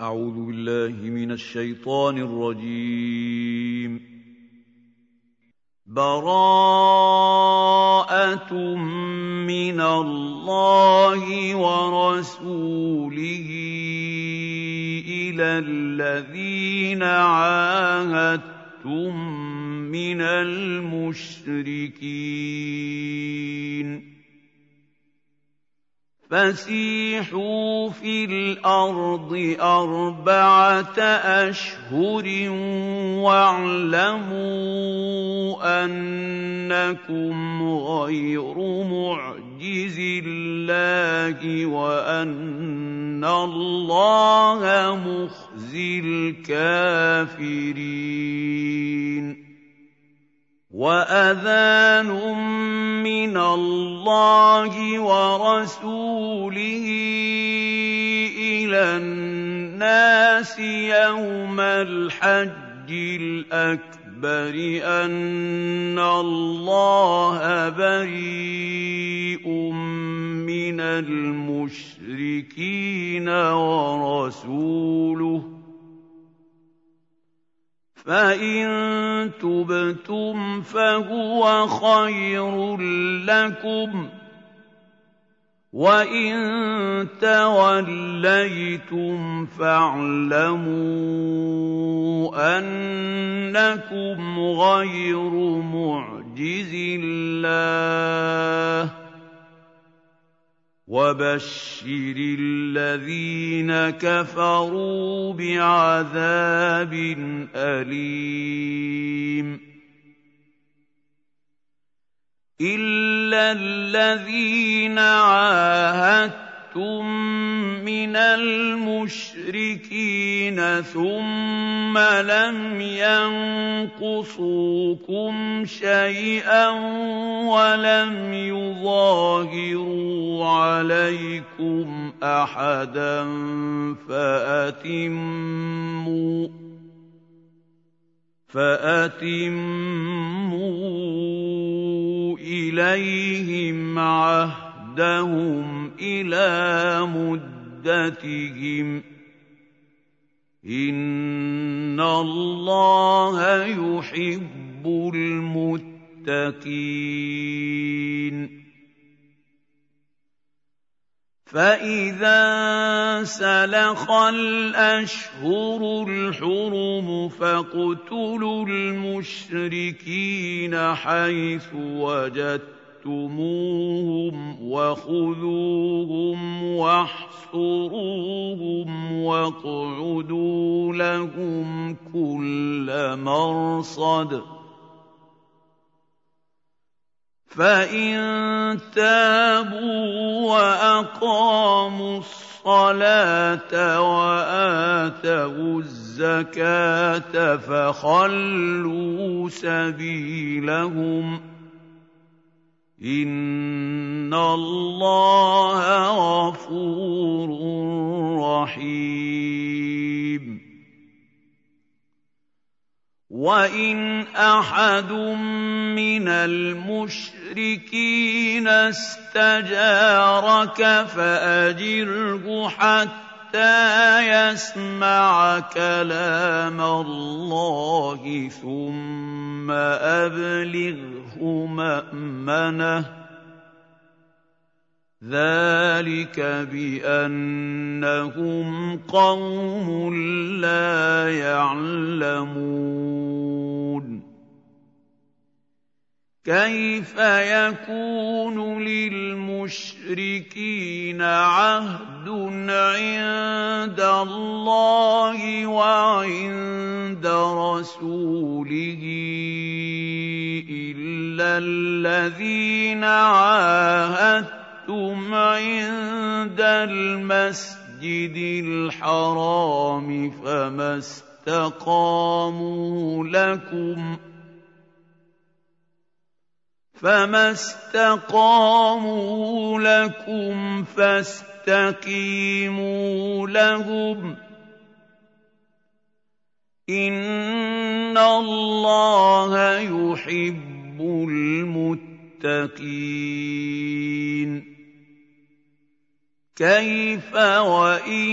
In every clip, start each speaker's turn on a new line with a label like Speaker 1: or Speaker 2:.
Speaker 1: أعوذ بالله من الشيطان الرجيم. براءة من الله ورسوله إلى الذين عاهدتم من المشركين فسيحوا في الأرض 4 أشهر واعلموا أنكم غير معجز الله وأن الله مخزي الكافرين. وأذان من الله ورسوله إلى الناس يوم الحج الأكبر أن الله بريء من المشركين ورسوله فإن تبتم فهو خير لكم وإن توليتم فاعلموا أنكم غير معجز الله وبشر الذين كفروا بعذاب أليم. إلا الذين عاهدتم من المشركين ثم لم ينقصوكم شيئا ولم يظاهروا عليكم أحدا فأتموا إليهم عهدهم إلى مدتهم إن الله يحب المتقين. فإذا سلخ الأشهر الحرم فاقتلوا المشركين حيث وجدتموهم وخذوهم واحصروهم واقعدوا لهم كل مرصد فإن تابوا وأقاموا الصلاة وآتوا الزكاة فخلوا سبيلهم إن الله غفور رحيم. وإن أحد من المشركين استجارك فأجره حتى يسمع كلام الله ثم أبلغه مأمنه ذلك بأنهم قوم لا يعلمون. كيف يكون للمشركين عهد عند الله وعند رسوله إلا الذين عاهدتم عند المسجد الحرام فما استقاموا لكم فاستقيموا لهم إن الله يحب المتقين. كيف وإن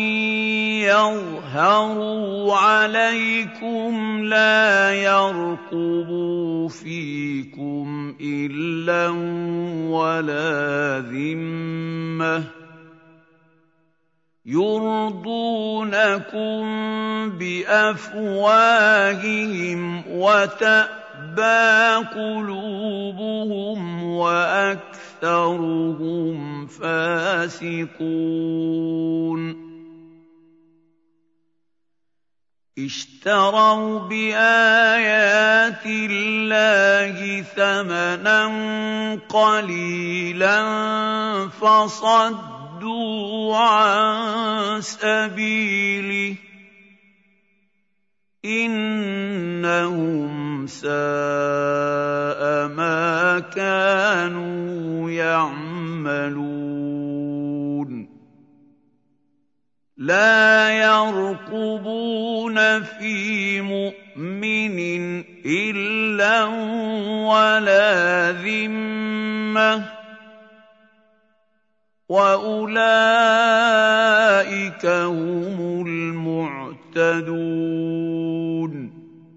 Speaker 1: يظهروا عليكم لا يرقبوا فيكم إلا ولا ذمة يرضونكم بأفواههم وتأبى قلوبهم وأكثرهم فاسقون اشتروا بآيات الله ثمنا قليلا فصدوا عن سبيله إنهم ساء ما كانوا يعملون لا يرقبون في مؤمن إلا ولا ذمة وأولئك هم المعتدون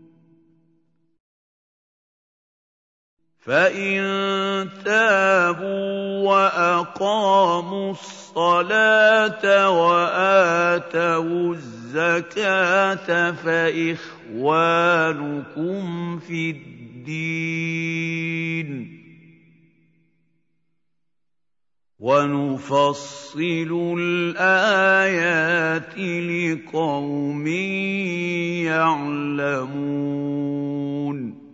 Speaker 1: فإن تابوا وأقاموا الصلاة وآتوا الزكاة فإخوانكم في الدين ونفصل الآيات لقوم يعلمون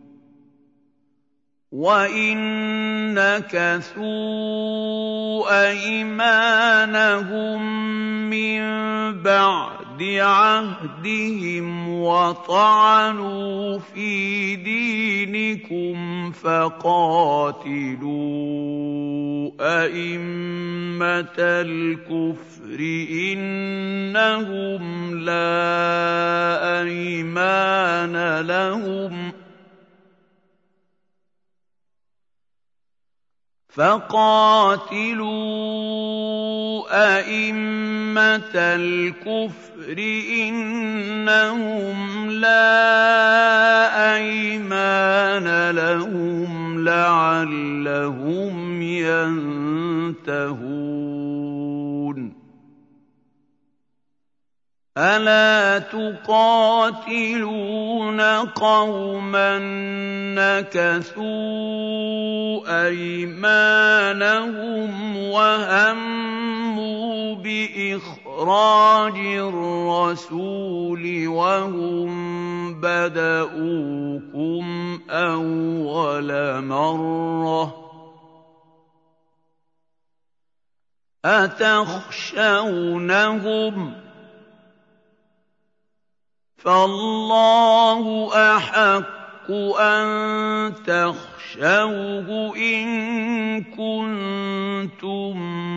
Speaker 1: وَإِن نَكَثُوا أَيْمَانَهُم مِّن بَعْدِ عَهْدِهِمْ وَطَعَنُوا فِي دِينِكُمْ فَقَاتِلُوا أَئِمَّةَ الْكُفْرِ إِنَّهُمْ لَا أَيْمَانَ لَهُمْ فَقَاتِلُوا أَئِمَّةَ الْكُفْرِ إِنَّهُمْ لَا أَيْمَانَ لَهُمْ لَعَلَّهُمْ يَنتَهُونَ أَلَا تُقَاتِلُونَ قَوْمًا نَكَثُوا أَيْمَانَهُمْ وَهَمُّوا بِإِخْرَاجِ الرَّسُولِ وَهُم بَدَءُوكُمْ أَوَّلَ مَرَّةٍ أَتَخْشَوْنَهُمْ ۚ فَاللَّهُ أَحَقُّ أَن تَخْشَوْهُ إِن كُنتُم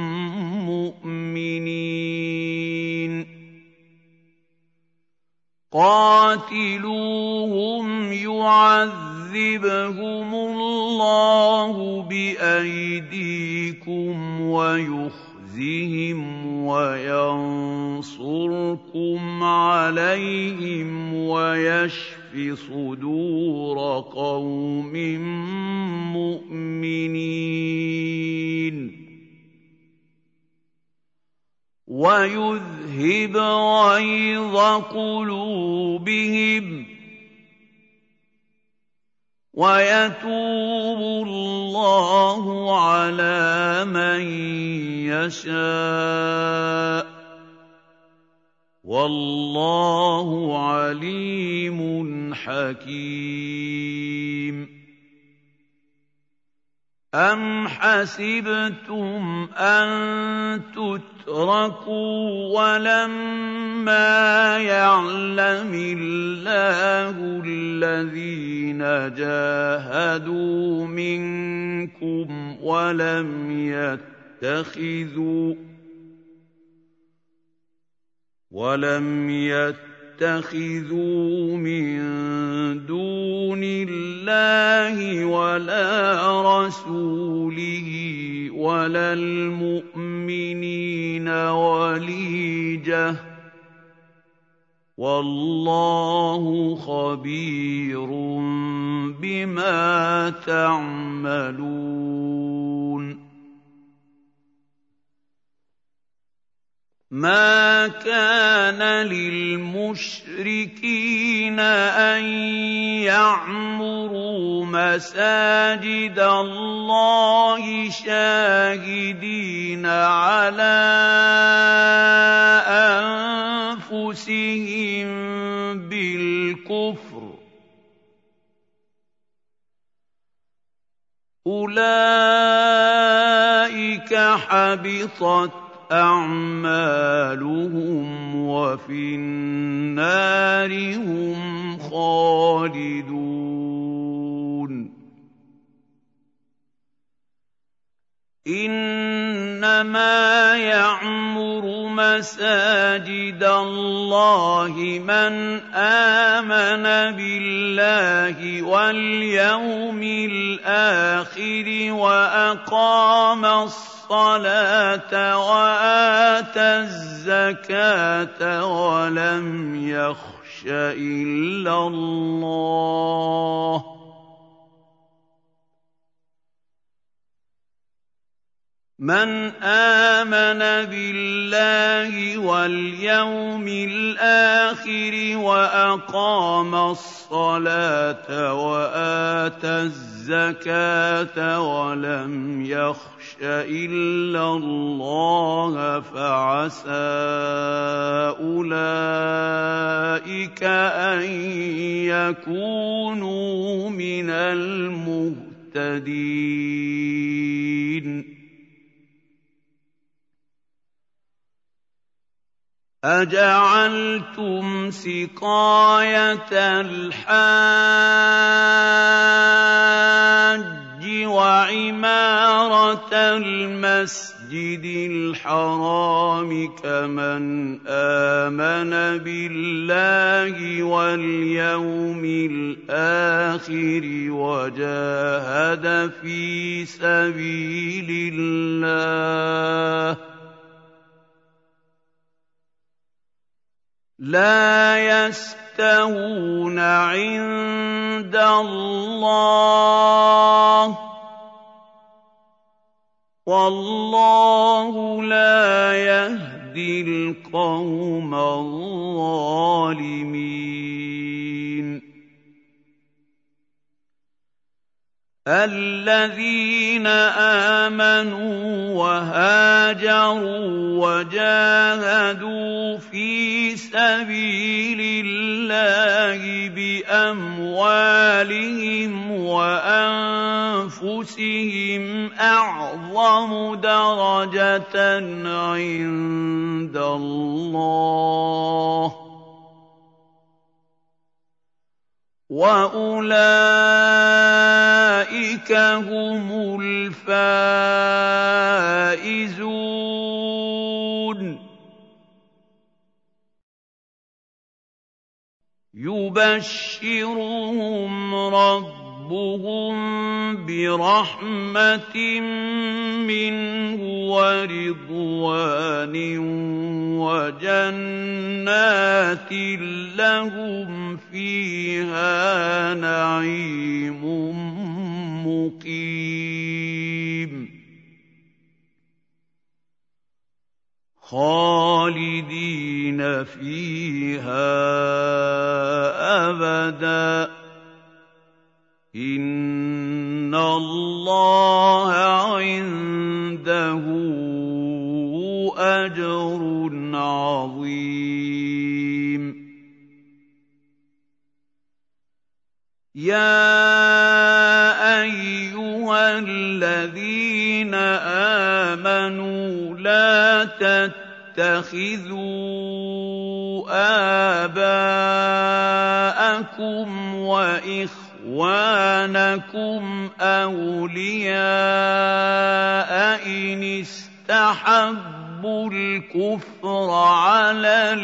Speaker 1: مُّؤْمِنِينَ قَاتِلُوهُمْ يُعَذِّبْهُمُ اللَّهُ بِأَيْدِيكُمْ وَيُخْزِهِمْ وَيَنصُرْكُمْ عَلَيْهِمْ وَيَشْفِ صُدُورَ قَوْمٍ مُّؤْمِنِينَ وَيُذْهِبْ غَيْظَ قُلُوبِهِمْ وَيَتُوبُ اللَّهُ عَلَىٰ مَن يَشَاءُ ۗ وَاللَّهُ عَلِيمٌ حَكِيمٌ أَمْ حَسِبْتُمْ أَن تُتْرَكُوا وَلَمَّا يَعْلَمِ اللَّهُ الَّذِينَ جَاهَدُوا مِنكُمْ وَلَمْ يَتَّخِذُوا مِن دُونِ اللَّهِ وَلَا رَسُولِهِ ولا المؤمنين وليجة والله خبير بما تعملون ما كان للمشركين أن يعمروا مساجد الله شاهدين على أنفسهم بالكفر أولئك حبطت أعمالهم وفي النار هم خالدون إنما يعمر مساجد الله من آمن بالله واليوم الآخر وأقام الصلاة وآتى الزكاة ولم يخش إلا الله من آمن بالله واليوم الآخر وأقام الصلاة وآتى الزكاة ولم يخش إلا الله فعسى أولئك أن يكونوا من المهتدين أجعلتم سقاية الحاج وعمارة المسجد الحرام كمن آمن بالله واليوم الآخر وجاهد في سبيل الله لا يستوون عند الله والله لا يهدي القوم الظالمين الذين آمنوا وهاجروا وجاهدوا في سبيل الله بأموالهم وأنفسهم أعظم درجة عند الله وأولئك هم الفائزون يبشرهم ربهم برحمة منه ورضوان وجنات لهم فيها نعيم مقيم خالدين فيها أبدا إن الله عنده أجر عظيم يا أيها الذين آمنوا لا تتخذوا آباءكم وإخوانكم أولياء إن استحبوا الكفر على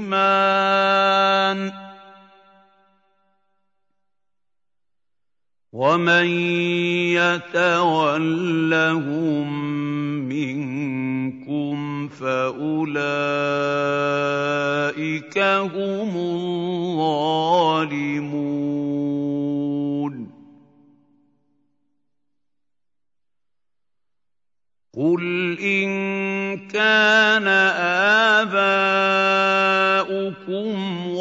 Speaker 1: الإيمان وَمَن يَتَوَلَّهُم مِّنكُمْ فَأُولَٰئِكَ هُمُ الظَّالِمُونَ قُلْ إِن كَانَ آبَاؤُكُمْ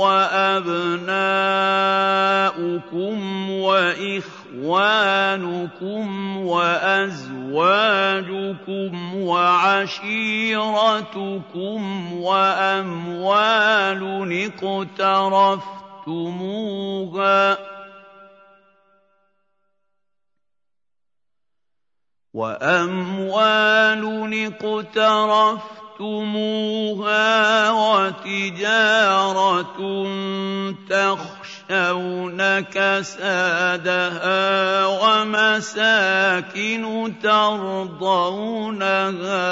Speaker 1: وَأَبْنَاؤُكُمْ وَإِخْوَانُكُمْ وَأَزْوَاجُكُمْ وَعَشِيرَتُكُمْ وَأَمْوَالٌ اقْتَرَفْتُمُوهَا وَتِجَارَةٌ تَخْشَوْنَ كَسَادَهَا وَمَسَاكِنُ تَرْضَوْنَهَا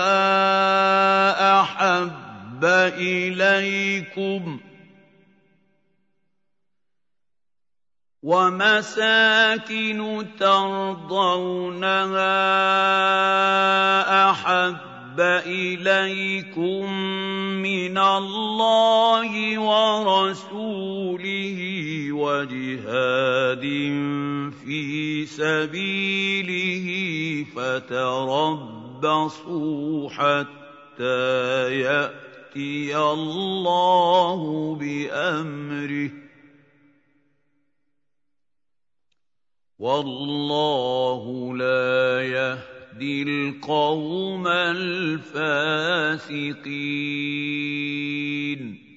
Speaker 1: أَحَبَّ إِلَيْكُم مِّنَ اللَّهِ وَرَسُولِهِ وَجِهَادٍ فِي سَبِيلِهِ فَتَرَبَّصُوا حَتَّىٰ يَأْتِيَ اللَّهُ بِأَمْرِهِ ۗ وَاللَّهُ لَا يَهْدِي الْقَوْمَ الْفَاسِقِينَ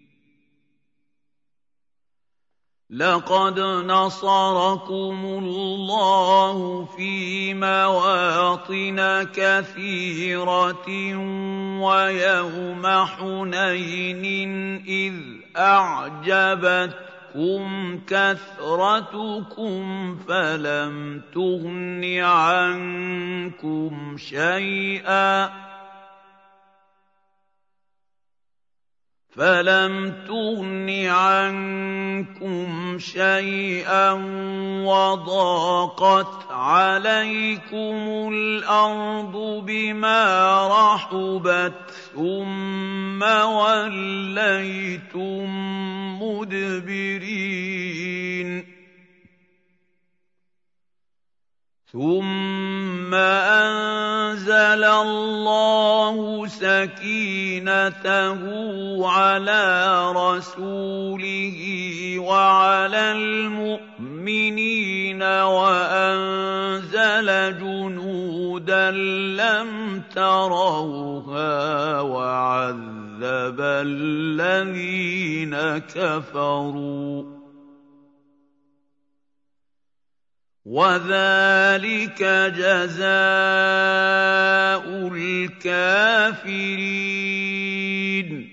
Speaker 1: لَقَدْ نَصَرَكُمُ اللَّهُ فِي مَوَاطِنَ كَثِيرَةٍ وَيَوْمَ حُنَيْنٍ إِذْ أَعْجَبَتْكُمْ كَثْرَتُكُمْ فَلَمْ تُغْنِ عَنكُمْ شَيْئًا وَضَاقَتْ عَلَيْكُمُ الْأَرْضُ بِمَا رَحُبَتْ ثُمَّ وَلَّيْتُم مُّدْبِرِينَ ثُمَّ أَنزَلَ اللَّهُ سَكِينَتَهُ عَلَىٰ رَسُولِهِ وَعَلَى الْمُؤْمِنِينَ وَأَنزَلَ جُنُودًا لَّمْ تَرَوْهَا وَعَذَّبَ الَّذِينَ كَفَرُوا ۚ وَذَٰلِكَ جَزَاءُ الْكَافِرِينَ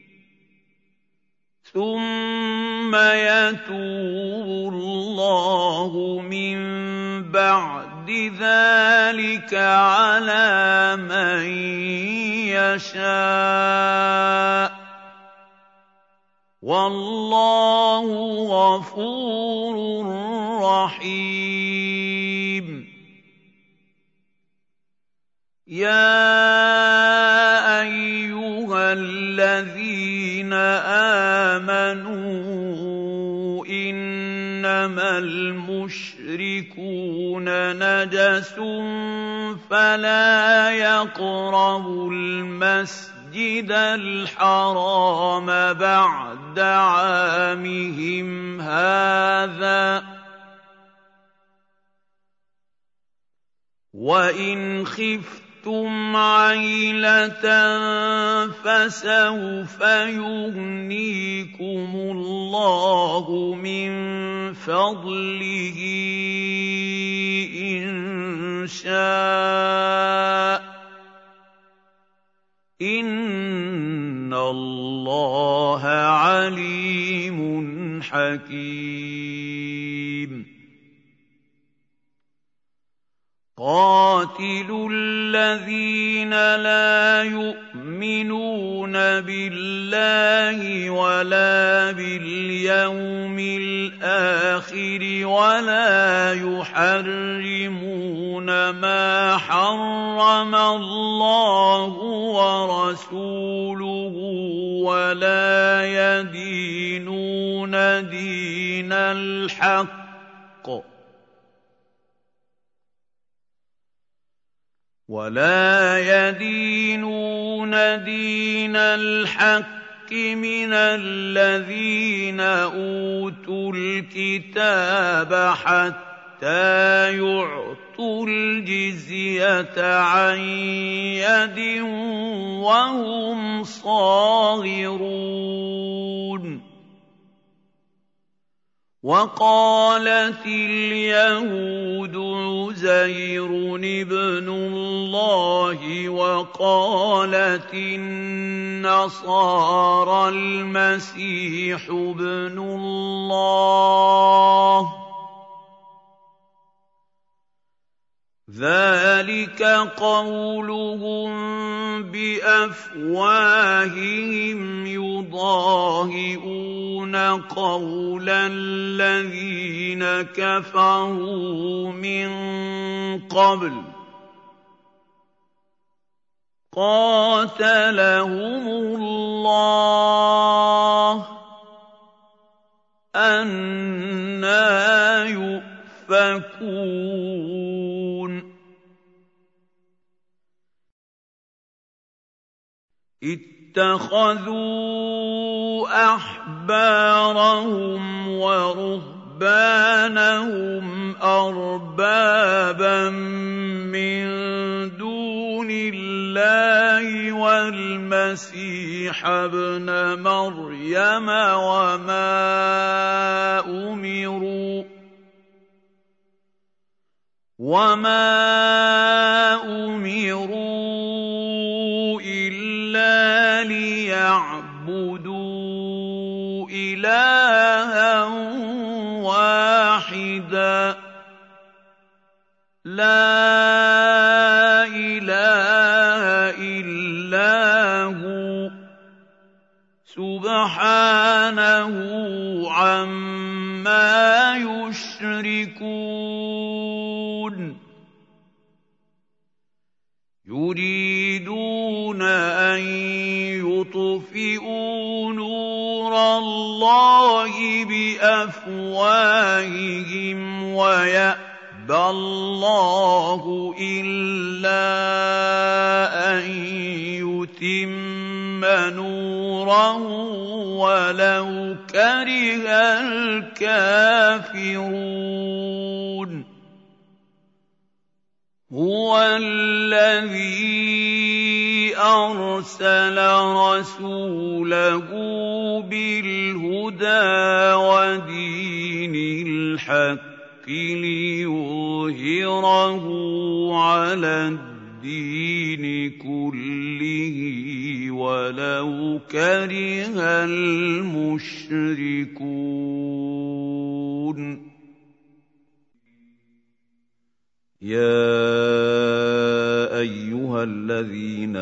Speaker 1: ثُمَّ يَتُوبُ اللَّهُ مِن بَعْدِ ذَٰلِكَ عَلَىٰ مَن يَشَاءُ ۗ وَاللَّهُ غَفُورٌ رَّحِيمٌ يَا أَيُّهَا الَّذِينَ آمَنُوا إِنَّمَا الْمُشْرِكُونَ نَجَسٌ فَلَا يَقْرَبُوا الْمَسْجِدَ الْحَرَامَ بَعْدَ عَامِهِمْ هَٰذَا ۚ وَإِنْ خِفْتُمْ عَيْلَةً فَسَوْفَ يُغْنِيكُمُ اللَّهُ مِن فَضْلِهِ إِن شَاءَ ۚ إِنَّ اللَّهَ عَلِيمٌ حَكِيمٌ قاتلوا الذين لا يؤمنون بالله ولا باليوم الآخر ولا يحرمون ما حرم الله ورسوله ولا يدينون دين الحق من الذين أوتوا الكتاب حتى يعطوا الجزية عن يد وهم صاغرون وقالت اليهود عزير ابن الله وقالت النصارى المسيح ابن الله ذلك قولهم بأفواههم يضاهئون قول الذين كفروا من قبل قاتلهم الله أنى يؤفكون اتخذوا أحبارهم ورهبانهم أربابا من دون الله والمسيح ابن مريم وما أمروا إلا ليعبدوا إلها واحدا لا إله إلا هو سبحانه عما يشركون يريدون أن يطفئوا نور الله بأفواههم ويأبى الله إلا أن يتم نوره ولو كره الكافرون هو الذي أرسل رسوله بالهدى ودين الحق ليظهره على الدين كله ولو كره المشركون يا أيها الذين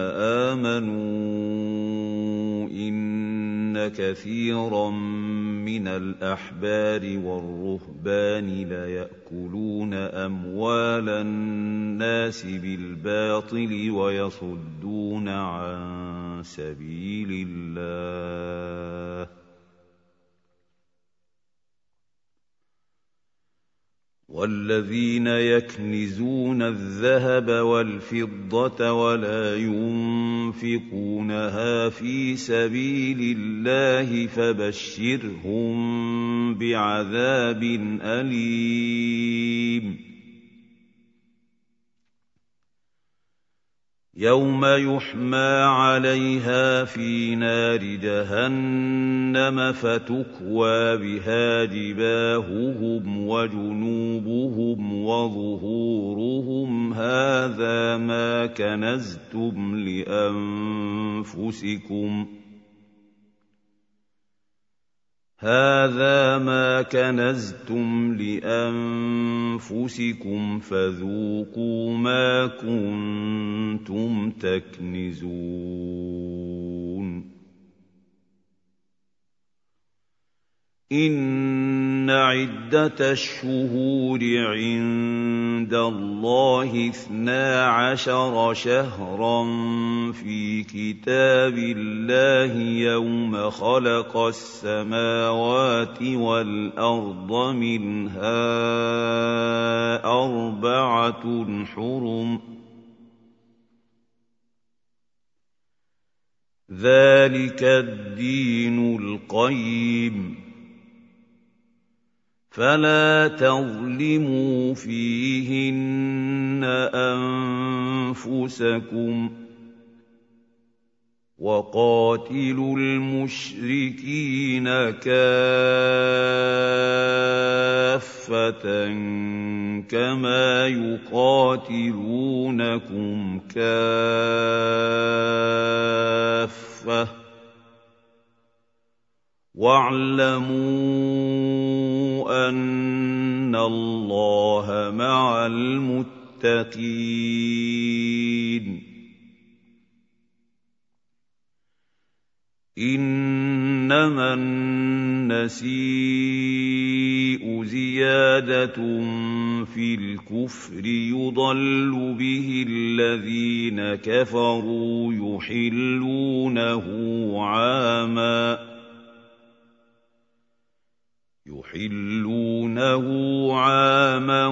Speaker 1: آمنوا إن كثيرا من الأحبار والرهبان ليأكلون أموال الناس بالباطل ويصدون عن سبيل الله والذين يكنزون الذهب والفضة ولا ينفقونها في سبيل الله فبشرهم بعذاب أليم يوم يحمى عليها في نار جهنم فتكوى بها جباههم وجنوبهم وظهورهم هذا ما كنزتم لأنفسكم هَٰذَا مَا كَنَزْتُمْ لِأَنفُسِكُمْ فَذُوقُوا مَا كُنتُمْ تَكْنِزُونَ إِنَّ عِدَّةَ الشُّهُورِ عِندَ اللَّهِ 12 شَهْرًا فِي كِتَابِ اللَّهِ يَوْمَ خَلَقَ السَّمَاوَاتِ وَالْأَرْضَ مِنْهَا 4 حُرُمٌ ۚ ذَٰلِكَ الدِّينُ الْقَيِّمُ ۚ فَلَا تَظْلِمُوا فِيهِنَّ أَنفُسَكُمْ ۚ وَقَاتِلُوا الْمُشْرِكِينَ كَافَّةً كَمَا يُقَاتِلُونَكُمْ كَافَّةً ۚ وَاعْلَمُوا أَنَّ اللَّهَ مَعَ الْمُتَّقِينَ إِنَّمَا النَّسِيءُ زِيَادَةٌ فِي الْكُفْرِ يُضَلُّ بِهِ الَّذِينَ كَفَرُوا يُحِلُّونَهُ عَامًا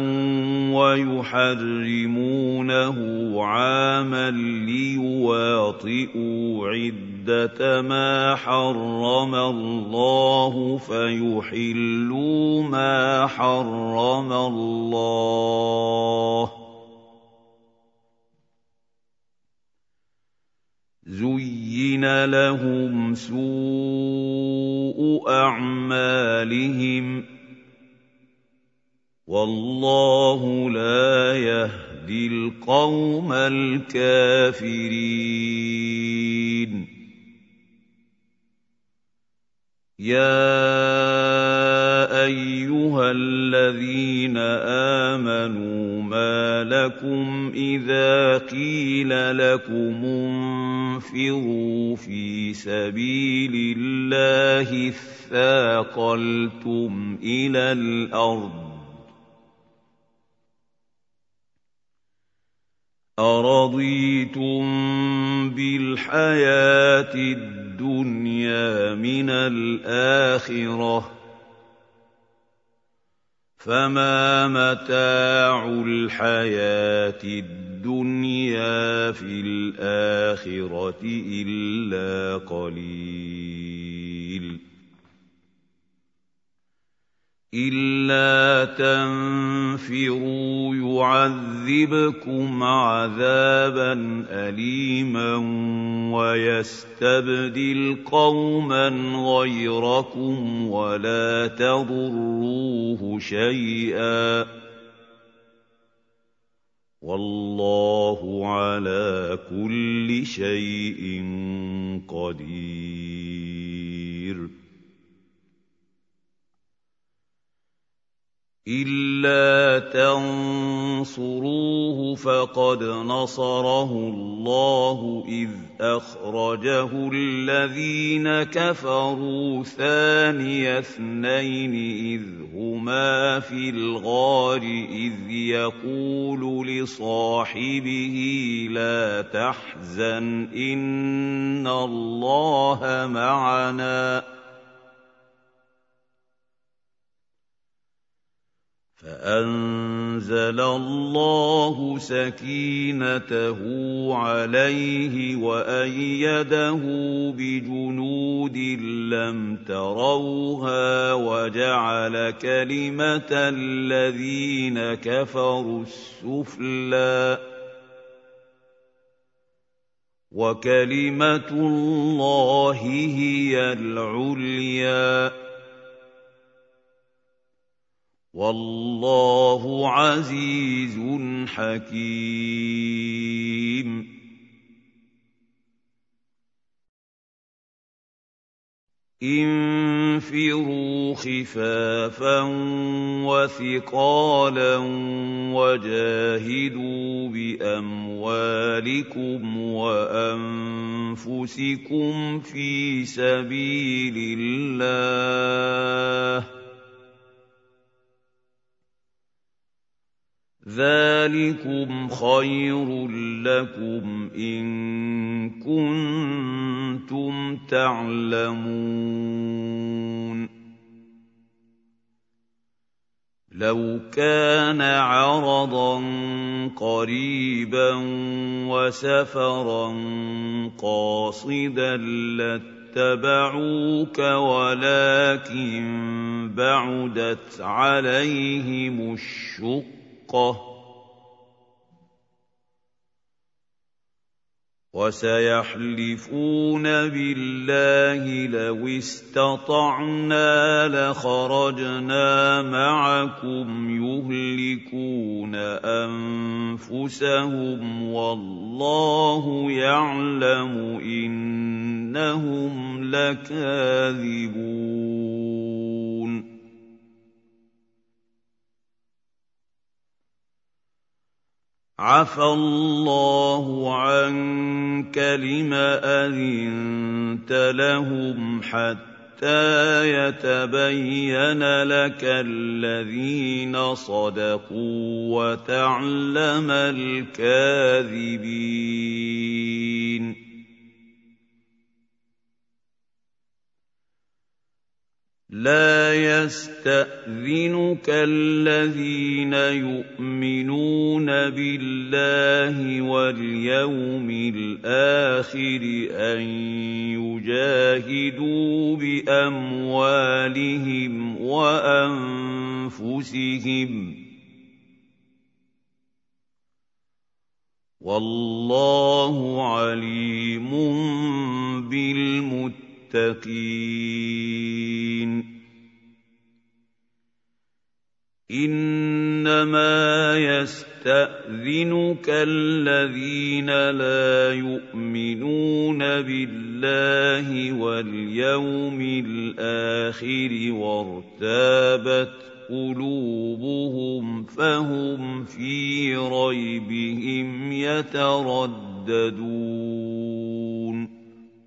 Speaker 1: وَيُحَرِّمُونَهُ عَامًا لِّيُوَاطِئُوا عِدَّةَ مَا حَرَّمَ اللَّهُ فَيُحِلُّوا مَا حَرَّمَ اللَّهُ ۚ زُيِّنَ لَهُمْ سُوءُ أَعْمَالِهِمْ ۗ وَاللَّهُ لَا يَهْدِي الْقَوْمَ الْكَافِرِينَ يَا أَيُّهَا الَّذِينَ آمَنُوا مَا لَكُمْ إِذَا قِيلَ لَكُمُ انفِرُوا فِي سَبِيلِ اللَّهِ اثَّاقَلْتُمْ إِلَى الْأَرْضِ أَرَضِيتُم بِالْحَيَاةِ الدُّنْيَا مِنَ الْآخِرَةِ ۚ فَمَا مَتَاعُ الْحَيَاةِ الدُّنْيَا فِي الْآخِرَةِ إِلَّا قَلِيلٌ إِلَّا تَنفِرُوا يُعَذِّبْكُمْ عَذَابًا أَلِيمًا وَيَسْتَبْدِلْ قَوْمًا غَيْرَكُمْ وَلَا تَضُرُّوهُ شَيْئًا ۗ وَاللَّهُ عَلَىٰ كُلِّ شَيْءٍ قَدِيرٌ إِلَّا تَنصُرُوهُ فَقَدْ نَصَرَهُ اللَّهُ إِذْ أَخْرَجَهُ الَّذِينَ كَفَرُوا ثَانِيَ اثْنَيْنِ إِذْ هُمَا فِي الْغَارِ إِذْ يَقُولُ لِصَاحِبِهِ لَا تَحْزَنْ إِنَّ اللَّهَ مَعَنَا ۖ فَأَنزَلَ اللَّهُ سَكِينَتَهُ عَلَيْهِ وَأَيَّدَهُ بِجُنُودٍ لَّمْ تَرَوْهَا وَجَعَلَ كَلِمَةَ الَّذِينَ كَفَرُوا السُّفْلَىٰ ۗ وَكَلِمَةُ اللَّهِ هِيَ الْعُلْيَا ۗ وَاللَّهُ عَزِيزٌ حَكِيمٌ انفروا خفافا وثقالا وجاهدوا بأموالكم وأنفسكم في سبيل الله ذلكم خير لكم إن كنتم تعلمون لو كان عرضا قريبا وسفرا قاصدا لاتبعوك ولكن بعدت عليهم الشقة وسيحلفون بالله لو استطعنا لخرجنا معكم يهلكون أنفسهم والله يعلم إنهم لكاذبون عفى الله عنك لم أذنت لهم حتى يتبين لك الذين صدقوا وتعلم الكاذبين لا يستأذنك الذين يؤمنون بالله واليوم الآخر أن يجاهدوا بأموالهم وأنفسهم والله عليم بالمتقين إنما يستأذنك الذين لا يؤمنون بالله واليوم الآخر وارتابت قلوبهم فهم في ريبهم يترددون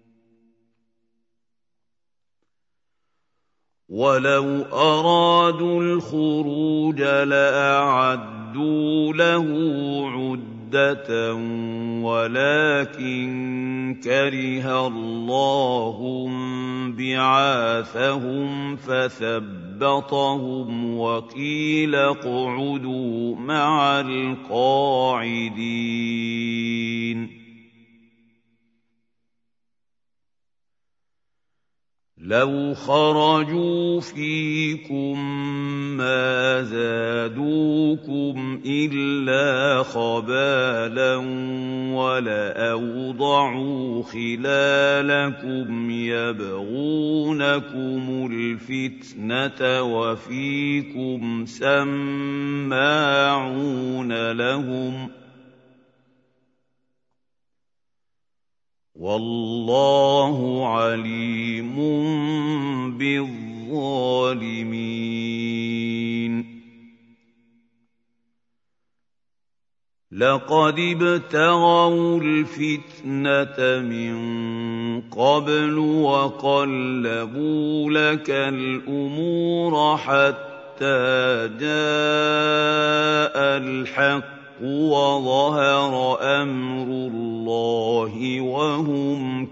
Speaker 1: ولو أرادوا الخروج لأعدوا له عدة ولكن كره الله بعاثهم فثبطهم وقيل اقعدوا مع القاعدين لو خرجوا فيكم ما زادوكم إلا خبالا ولأوضعوا خلالكم يبغونكم الفتنة وفيكم سماعون لهم والله عليم بالظالمين لقد ابتغوا الفتنة من قبل وقلبوا لك الأمور حتى جاء الحق وظهر أمر الله وهم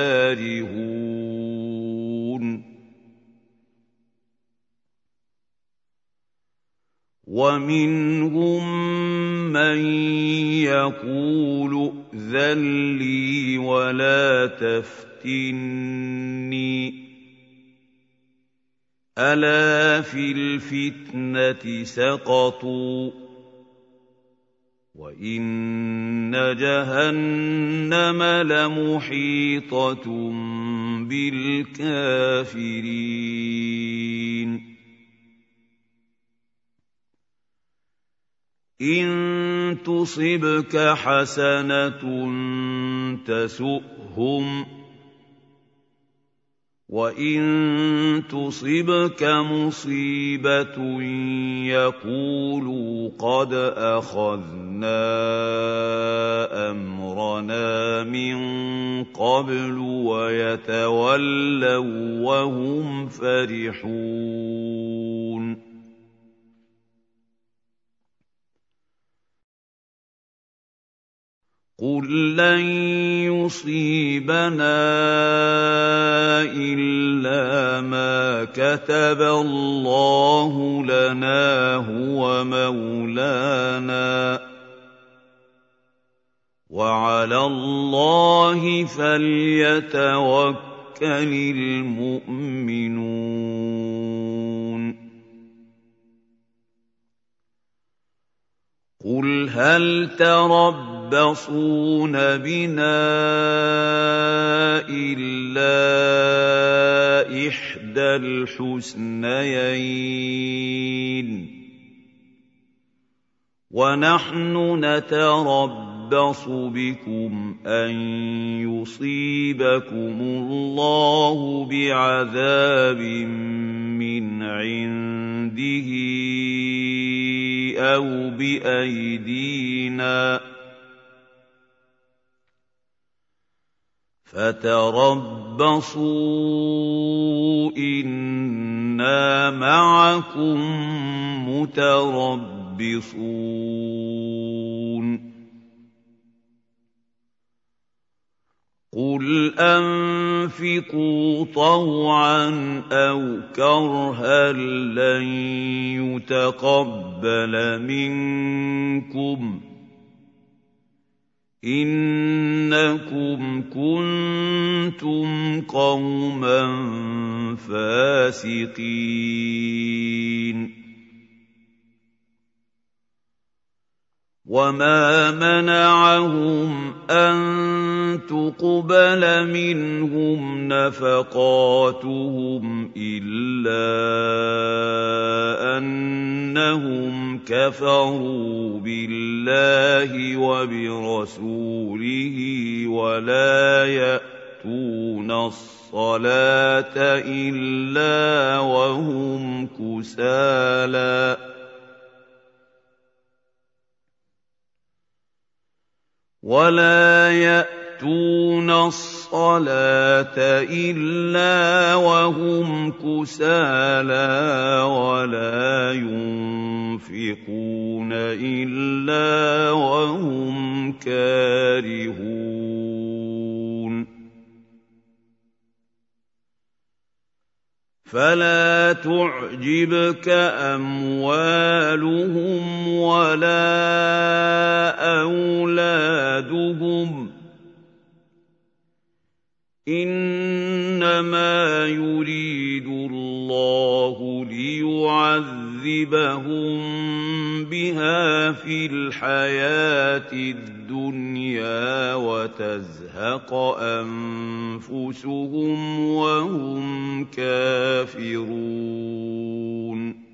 Speaker 1: كارهون ومنهم من يقول ائذن لي ولا تفتني ألا في الفتنة سقطوا وإن جهنم لمحيطة بالكافرين إن تصبك حسنة تسؤهم وَإِن تُصِبْكَ مُصِيبَةٌ يَقُولُوا قَدْ أَخَذْنَا أَمْرَنَا مِن قَبْلُ وَيَتَوَلَّوا وَّهُمْ فَرِحُونَ قُل لَّن يُصِيبَنَا إِلَّا مَا كَتَبَ اللَّهُ لَنَا هُوَ مَوْلَانَا ۚ وَعَلَى اللَّهِ فَلْيَتَوَكَّلِ الْمُؤْمِنُونَ قُلْ هَلْ تَرَبَّصُونَ بِنَا إِلَّا إِحْدَى الْحُسْنَيَيْنِ ۖ وَنَحْنُ نَتَرَبَّصُ بِكُمْ أَن يُصِيبَكُمُ اللَّهُ بِعَذَابٍ مِّنْ عِندِهِ أَوْ بِأَيْدِينَا ۖ فَتَرَبَّصُوا إِنَّا مَعَكُم مُّتَرَبِّصُونَ قُلْ أَنفِقُوا طَوْعًا أَوْ كَرْهًا لَّن يُتَقَبَّلَ مِنكُمْ ۖ إِنَّكُمْ كُنتُمْ قَوْمًا فَاسِقِينَ وَمَا مَنَعَهُمْ أَن تُقْبَلَ مِنْهُمْ نَفَقَاتُهُمْ إِلَّا أَنَّهُمْ كَفَرُوا بِاللَّهِ وَبِرَسُولِهِ وَلَا يَأْتُونَ الصَّلَاةَ إِلَّا وَهُمْ كُسَالَىٰ وَلَا يُنفِقُونَ إِلَّا وَهُمْ كَارِهُونَ فَلَا تُعْجِبْكَ أَمْوَالُهُمْ وَلَا أَوْلَادُهُمْ ۚ إِنَّمَا يُرِيدُ اللَّهُ لِيُعَذِّبَهُم بِهَا فِي الْحَيَاةِ الدُّنْيَا وَتَزْهَقَ أَنفُسُهُمْ وَهُمْ كَافِرُونَ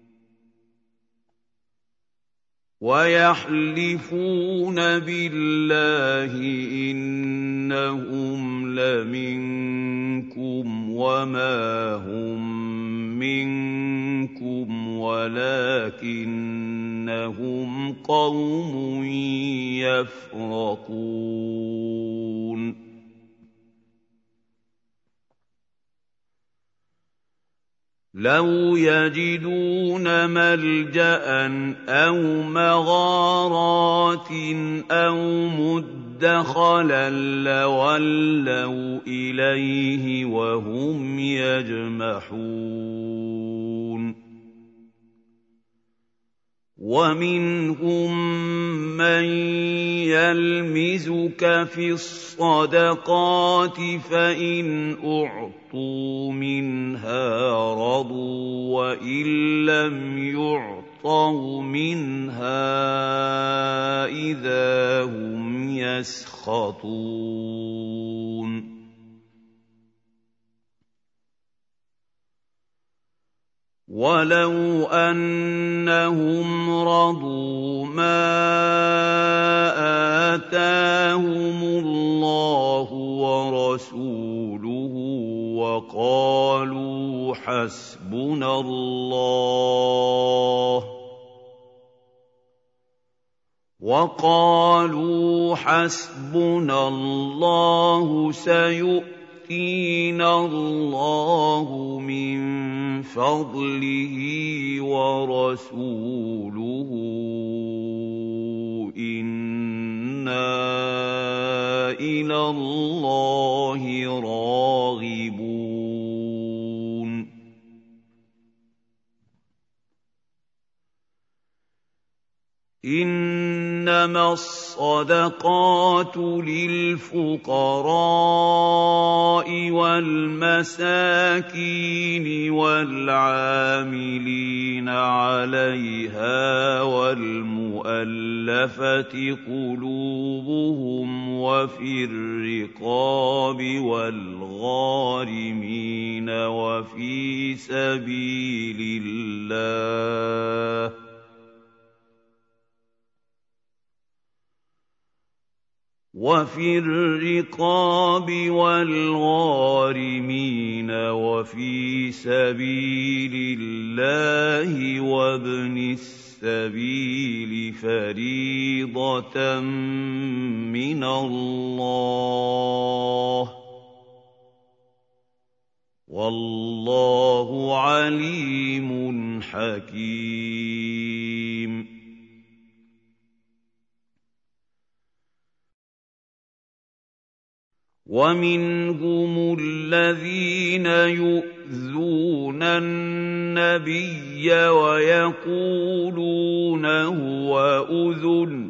Speaker 1: وَيَحْلِفُونَ بِاللَّهِ إِنَّهُمْ لَمِنكُمْ وَمَا هُم مِّنكُمْ وَلَٰكِنَّهُمْ قَوْمٌ يَفْرَقُونَ لَوْ يَجِدُونَ مَلْجَأً أَوْ مَغَارَاتٍ أَوْ مُدَّخَلًا لَّوَلَّوْا إِلَيْهِ وَهُمْ يَجْمَحُونَ وَمِنْهُم مَّن يَلْمِزُكَ فِي الصَّدَقَاتِ فَإِنْ أُعْطُوا مِنْهَا رَضُوا وَإِن لَّمْ يُعْطَوْا مِنْهَا إِذَا هُمْ يَسْخَطُونَ وَلَوْ أَنَّهُمْ رَضُوا مَا آتَاهُمُ اللَّهُ وَرَسُولُهُ وقالوا حسبنا الله سيؤتينا الله من فضله ورسوله إنا إلى الله راغبون إنما الصدقات للفقراء والمساكين والعاملين عليها والمؤلفة قلوبهم وفي الرقاب والغارمين وفي سبيل الله وابن السبيل فريضة من الله والله عليم حكيم ومنهم الذين يؤذون النبي ويقولون هو أذن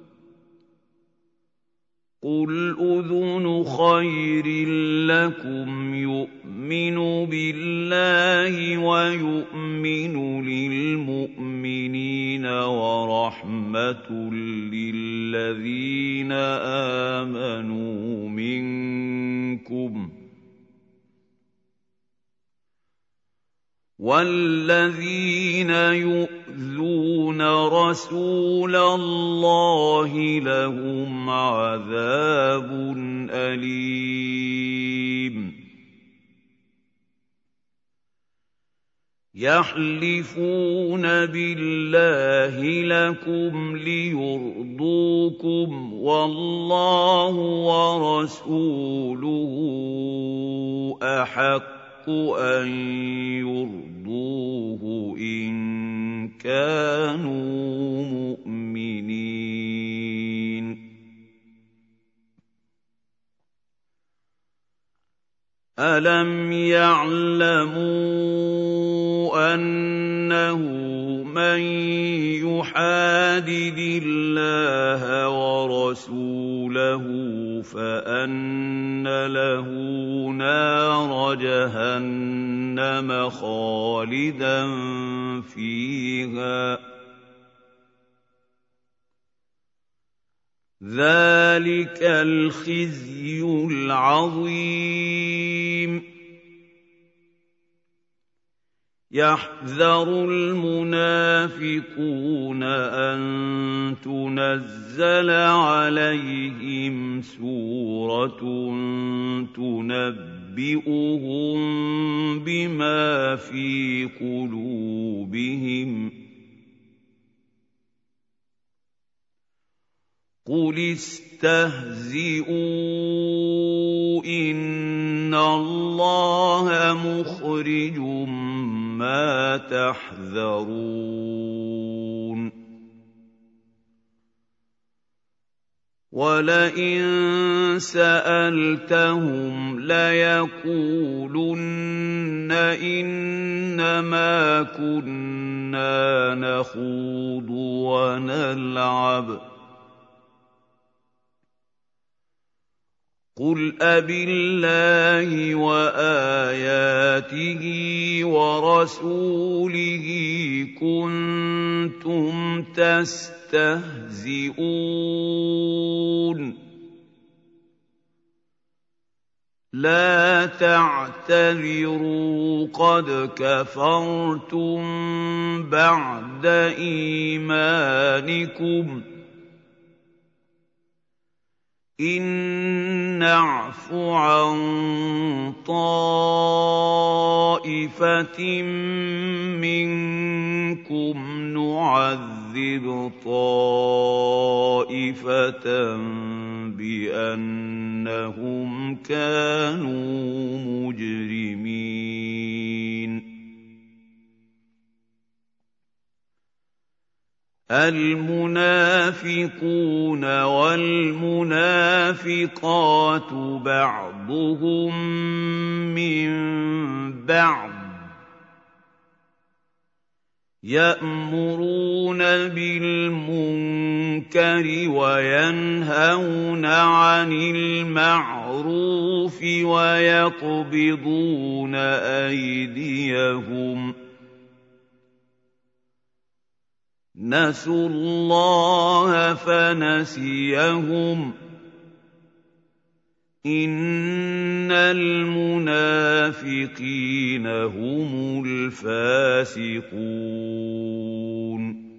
Speaker 1: قل أذن خير لكم يؤمن بالله ويؤمن للمؤمنين ورحمة للذين آمنوا منكم والذين يؤذون رسول الله لهم عذاب أليم يحلفون بالله لكم ليرضوكم والله ورسوله أحق أن يرضوه إن كانوا مؤمنين ألم يعلموا أنه من يحادد الله ورسوله فأن له نار جهنم خالدا فيها ذلك الخزي العظيم يحذر المنافقون أن تنزل عليهم سورة تنبئهم بما في قلوبهم قل استهزئوا إن الله مخرج ما تحذرون ولئن سألتهم ليقولن إنما كنا نخوض ونلعب قل أبالله وآياته ورسوله كنتم تستهزئون لا تعتذروا قد كفرتم بعد إيمانكم إِن نَّعْفُ عَن طَائِفَةٍ مِّنكُمْ نُعَذِّبْ طَائِفَةً بِأَنَّهُمْ كَانُوا مُجْرِمِينَ الْمُنَافِقُونَ وَالْمُنَافِقَاتُ بَعْضُهُم مِّن بَعْضٍ يَأْمُرُونَ بِالْمُنكَرِ وَيَنْهَوْنَ عَنِ الْمَعْرُوفِ وَيَقْبِضُونَ أَيْدِيَهُمْ ۚ نَسُوا اللَّهَ فَنَسِيَهُمْ ۗ إِنَّ الْمُنَافِقِينَ هُمُ الْفَاسِقُونَ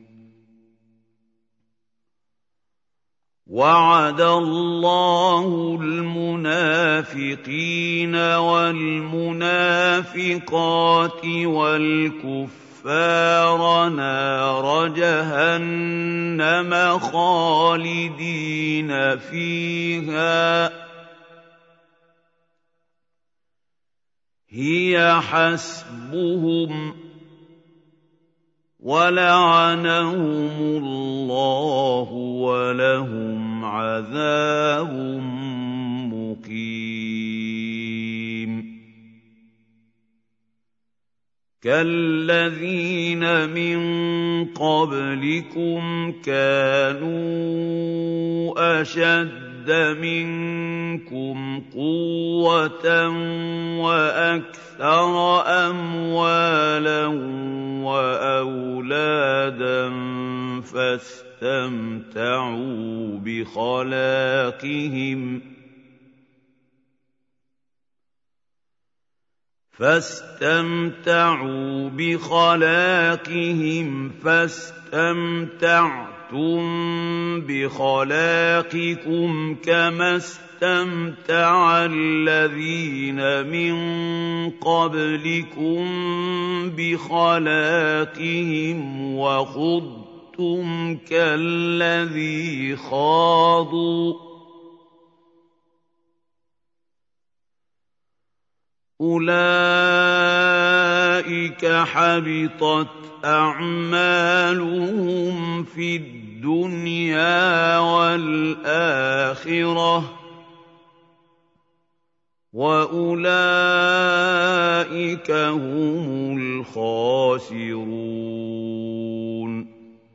Speaker 1: وَعَدَ اللَّهُ الْمُنَافِقِينَ وَالْمُنَافِقَاتِ وَالْكُفَّارَ نَارَ جَهَنَّمَ خَالِدِينَ فِيهَا ۚ هِيَ حَسْبُهُمْ ۚ وَلَعَنَهُمُ اللَّهُ وَلَهُمْ عَذَابٌ مُّقِيمٌ كَالَّذِينَ مِن قَبْلِكُمْ كَانُوا أَشَدَّ مِنكُمْ قُوَّةً وَأَكْثَرَ أَمْوَالًا وَأَوْلَادًا فَاسْتَمْتَعُوا بِخَلَاقِهِمْ فَاسْتَمْتَعْتُم بِخَلَاقِكُمْ كَمَا اسْتَمْتَعَ الَّذِينَ مِن قَبْلِكُم بِخَلَاقِهِمْ وَخُضْتُمْ كَالَّذِي خَاضُوا ۚ أُولَٰئِكَ حَبِطَتْ أَعْمَالُهُمْ فِي الدُّنْيَا وَالْآخِرَةِ ۖ وَأُولَٰئِكَ هُمُ الْخَاسِرُونَ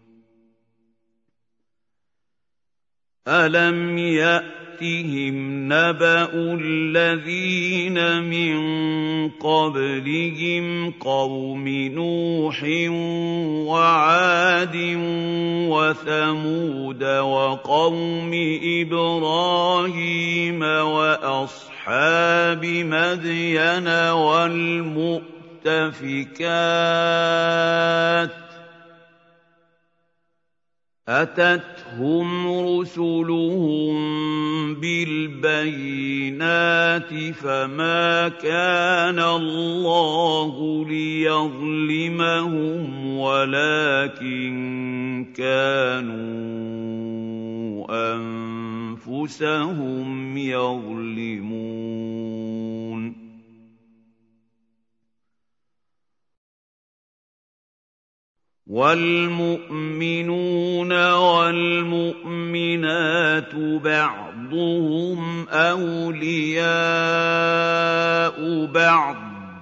Speaker 1: أَلَمْ يَأْتِهِمْ نَبَأُ الَّذِينَ مِن قَبْلِهِمْ قَوْمِ نُوحٍ وَعَادٍ وَثَمُودَ وَقَوْمِ إِبْرَاهِيمَ وَأَصْحَابِ مَدْيَنَ وَالْمُؤْتَفِكَاتِ ۚ أَتَتْهُمْ رُسُلُهُم بِالْبَيِّنَاتِ فَمَا كَانَ اللَّهُ لِيَظْلِمَهُمْ وَلَٰكِن كَانُوا أَنفُسَهُمْ يَظْلِمُونَ وَالْمُؤْمِنُونَ وَالْمُؤْمِنَاتُ بَعْضُهُمْ أَوْلِيَاءُ بَعْضٍ ۚ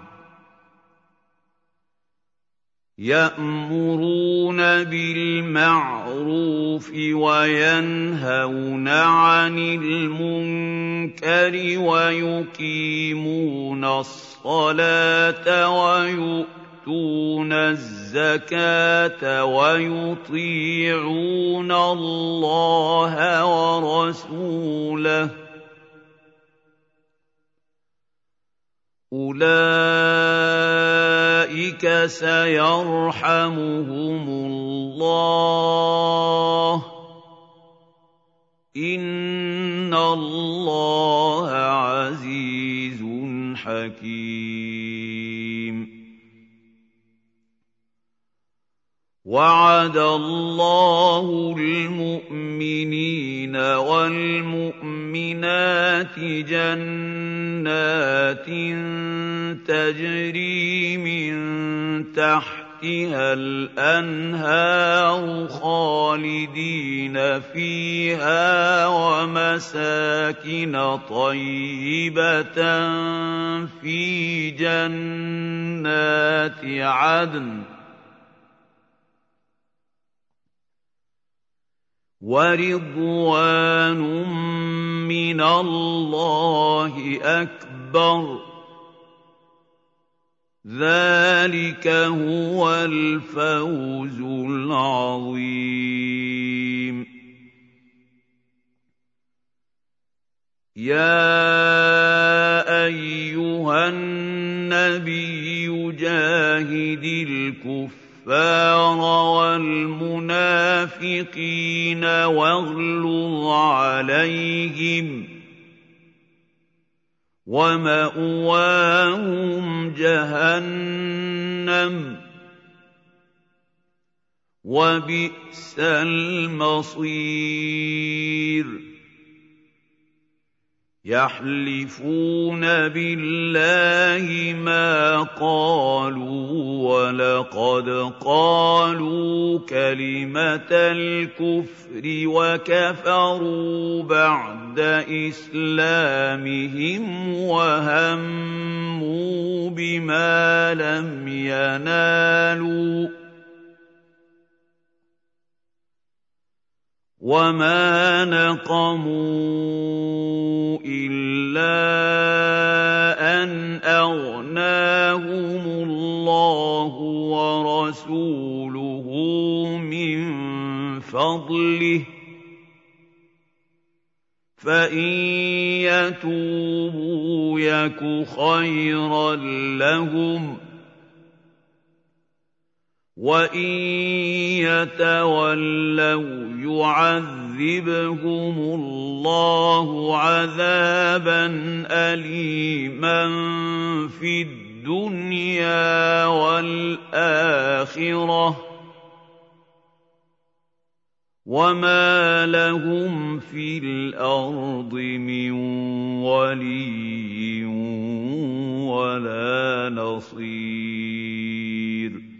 Speaker 1: يَأْمُرُونَ بِالْمَعْرُوفِ وَيَنْهَوْنَ عَنِ الْمُنكَرِ وَيُقِيمُونَ الصَّلَاةَ وَيُؤْتُونَ الزَّكَاةَ وَيُطِيعُونَ اللَّهَ وَرَسُولَهُ ۚ أُولَٰئِكَ سَيَرْحَمُهُمُ اللَّهُ ۗ إِنَّ اللَّهَ عَزِيزٌ حَكِيمٌ وَعَدَ اللَّهُ الْمُؤْمِنِينَ وَالْمُؤْمِنَاتِ جَنَّاتٍ تَجْرِي مِن تَحْتِهَا الْأَنْهَارُ خَالِدِينَ فِيهَا وَمَسَاكِنَ طَيِّبَةً فِي جَنَّاتِ عَدْنٍ وَرِضْوَانٌ مِّنَ اللَّهِ أَكْبَرُ ۚ ذَٰلِكَ هُوَ الْفَوْزُ الْعَظِيمُ يَا أَيُّهَا النَّبِيُّ جَاهِدِ الْكُفَّارَ وَالْمُنَافِقِينَ وَاغْلُظْ عَلَيْهِمْ ۚ وَمَأْوَاهُمْ جَهَنَّمُ ۖ وَبِئْسَ الْمَصِيرُ يَحْلِفُونَ بِاللَّهِ مَا قَالُوا وَلَقَدْ قَالُوا كَلِمَةَ الْكُفْرِ وَكَفَرُوا بَعْدَ إِسْلَامِهِمْ وَهَمُّوا بِمَا لَمْ يَنَالُوا وَمَا نَقَمُوا إِلَّا أَنْ أَغْنَاهُمُ اللَّهُ وَرَسُولُهُ مِن فَضْلِهِ ۚ فَإِن يَتُوبُوا يَكُ خَيْرًا لَّهُمْ ۖ وَإِن يَتَوَلَّوْا يُعَذِّبْهُمُ اللَّهُ عَذَابًا أَلِيمًا فِي الدُّنْيَا وَالْآخِرَةِ ۚ وَمَا لَهُمْ فِي الْأَرْضِ مِن وَلِيٍّ وَلَا نَصِيرٍ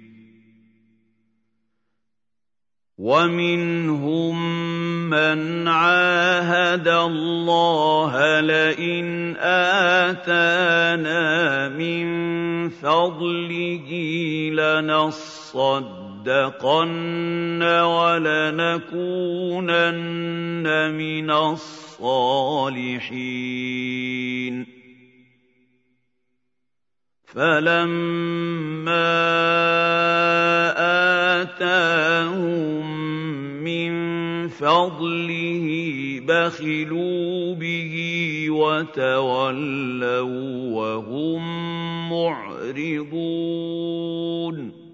Speaker 1: وَمِنْهُم مَّنْ عَاهَدَ اللَّهَ لَئِنْ آتَانَا مِن فَضْلِهِ لَنَصَّدَّقَنَّ وَلَنَكُونَنَّ مِنَ الصَّالِحِينَ فَلَمَّا آتَاهُم مِّن فَضْلِهِ بَخِلُوا بِهِ وَتَوَلَّوا وَّهُم مُّعْرِضُونَ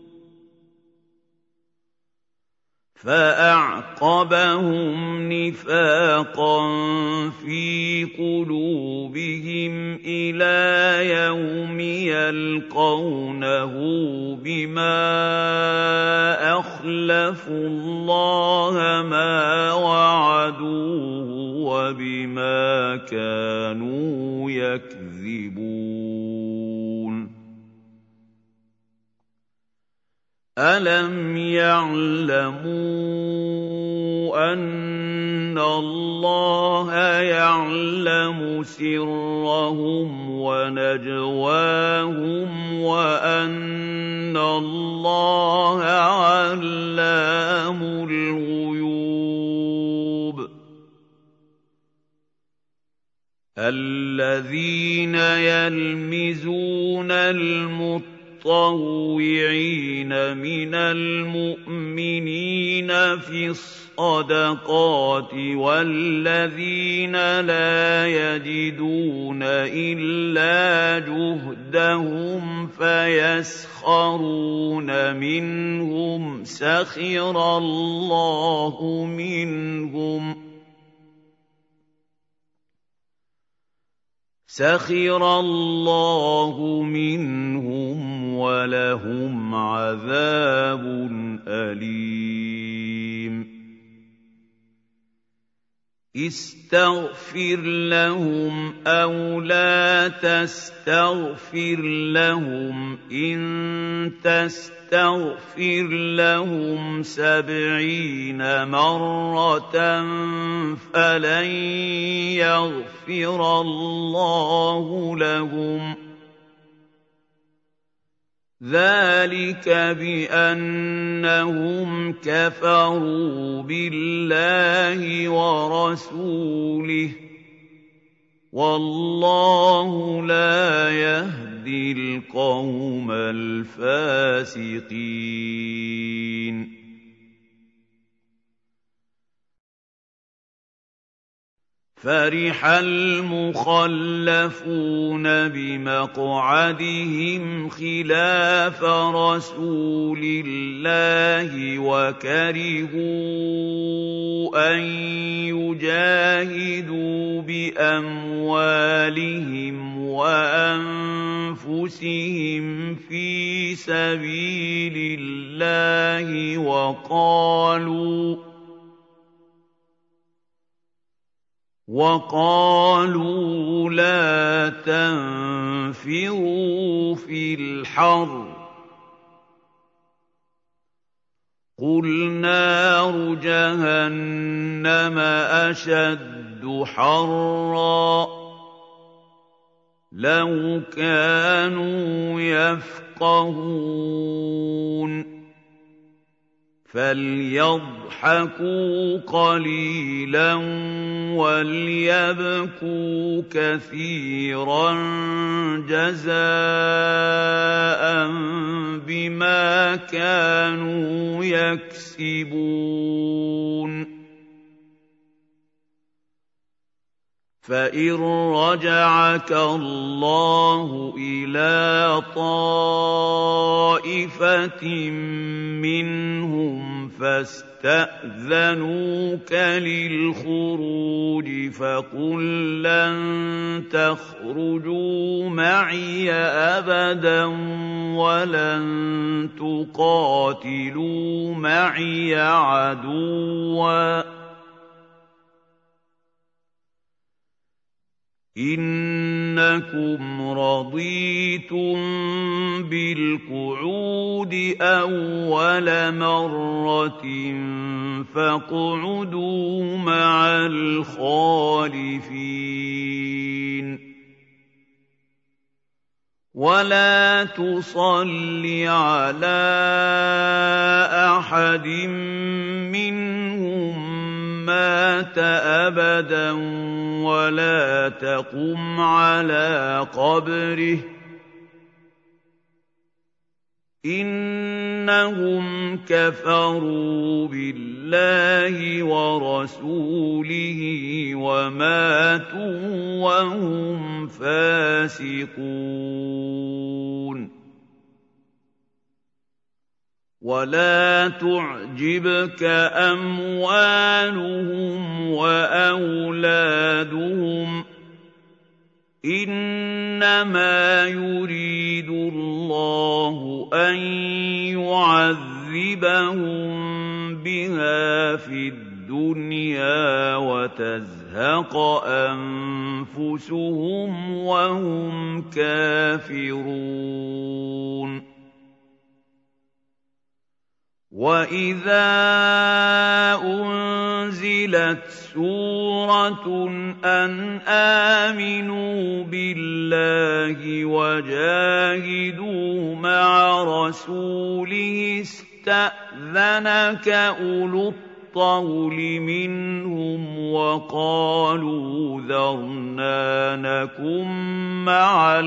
Speaker 1: فَأَعْقَبَهُمْ نِفَاقًا فِي قُلُوبِهِمْ إِلَىٰ يَوْمِ يَلْقَوْنَهُ بِمَا أَخْلَفُوا اللَّهَ مَا وَعَدُوهُ وَبِمَا كَانُوا يَكْذِبُونَ أَلَمْ يَعْلَمُوا أَنَّ اللَّهَ يَعْلَمُ سِرَّهُمْ وَنَجْوَاهُمْ وَأَنَّ اللَّهَ عَلَّامُ الْغُيُوبِ الَّذِينَ يَلْمِزُونَ الْمُطَّوِّعِينَ مِنَ الْمُؤْمِنِينَ فِي الصَّدَقَاتِ وَالَّذِينَ لَا يَجِدُونَ إِلَّا جُهْدَهُمْ فَيَسْخَرُونَ مِنْهُمْ سَخِرَ اللَّهُ مِنْهُمْ سَخِرَ اللَّهُ مِنْهُمْ وَلَهُمْ عَذَابٌ أَلِيمٌ اسْتَغْفِرْ لَهُمْ أَوْ لَا تَسْتَغْفِرْ لَهُمْ إِن تَسْتَغْفِرْ لَهُمْ 70 مَرَّةً فَلَن يَغْفِرَ اللَّهُ لَهُمْ ۚ ذَٰلِكَ بِأَنَّهُمْ كَفَرُوا بِاللَّهِ وَرَسُولِهِ ۗ وَاللَّهُ لَا يَهْدِي الْقَوْمَ الْفَاسِقِينَ فَرِحَ الْمُخَلَّفُونَ بِمَقْعَدِهِمْ خِلَافَ رَسُولِ اللَّهِ وَكَرِهُوا أَن يُجَاهِدُوا بِأَمْوَالِهِمْ وَأَنفُسِهِمْ فِي سَبِيلِ اللَّهِ وَقَالُوا لَا تَنفِرُوا فِي الْحَرِّ ۗ قُلْ نَارُ جَهَنَّمَ أَشَدُّ حَرًّا ۚ لَّوْ كَانُوا يَفْقَهُونَ فَلْيَضْحَكُوا قَلِيلًا وَلْيَبْكُوا كَثِيرًا جَزَاءً بِمَا كَانُوا يَكْسِبُونَ فَإِن رَّجَعَكَ اللَّهُ إِلَىٰ طَائِفَةٍ مِّنْهُمْ فَاسْتَأْذَنُوكَ لِلْخُرُوجِ فَقُل لَّن تَخْرُجُوا مَعِيَ أَبَدًا وَلَن تُقَاتِلُوا مَعِيَ عَدُوًّا ۖ إِنَّكُمْ رَضِيتُم بِالْقُعُودِ أَوَّلَ مَرَّةٍ فَاقْعُدُوا مَعَ الْخَالِفِينَ وَلَا تُصَلِّ عَلَىٰ أَحَدٍ مِّنْهُم مَّاتَ أَبَدًا وَلَا تَقُمْ عَلَىٰ قَبْرِهِ ۖ إِنَّهُمْ كَفَرُوا بِاللَّهِ وَرَسُولِهِ وَمَاتُوا وَهُمْ فَاسِقُونَ وَلَا تُعْجِبْكَ أَمْوَالُهُمْ وَأَوْلَادُهُمْ ۚ إِنَّمَا يُرِيدُ اللَّهُ أَن يُعَذِّبَهُم بِهَا فِي الدُّنْيَا وَتَزْهَقَ أَنفُسُهُمْ وَهُمْ كَافِرُونَ وَإِذَا أُنزِلَتْ سُورَةٌ أَنْ آمِنُوا بِاللَّهِ وَجَاهِدُوا مَعَ رَسُولِهِ اسْتَأْذَنَكَ أُولُو الطَّوْلِ مِنْهُمْ وَقَالُوا ذَرْنَا نَكُن مَّعَ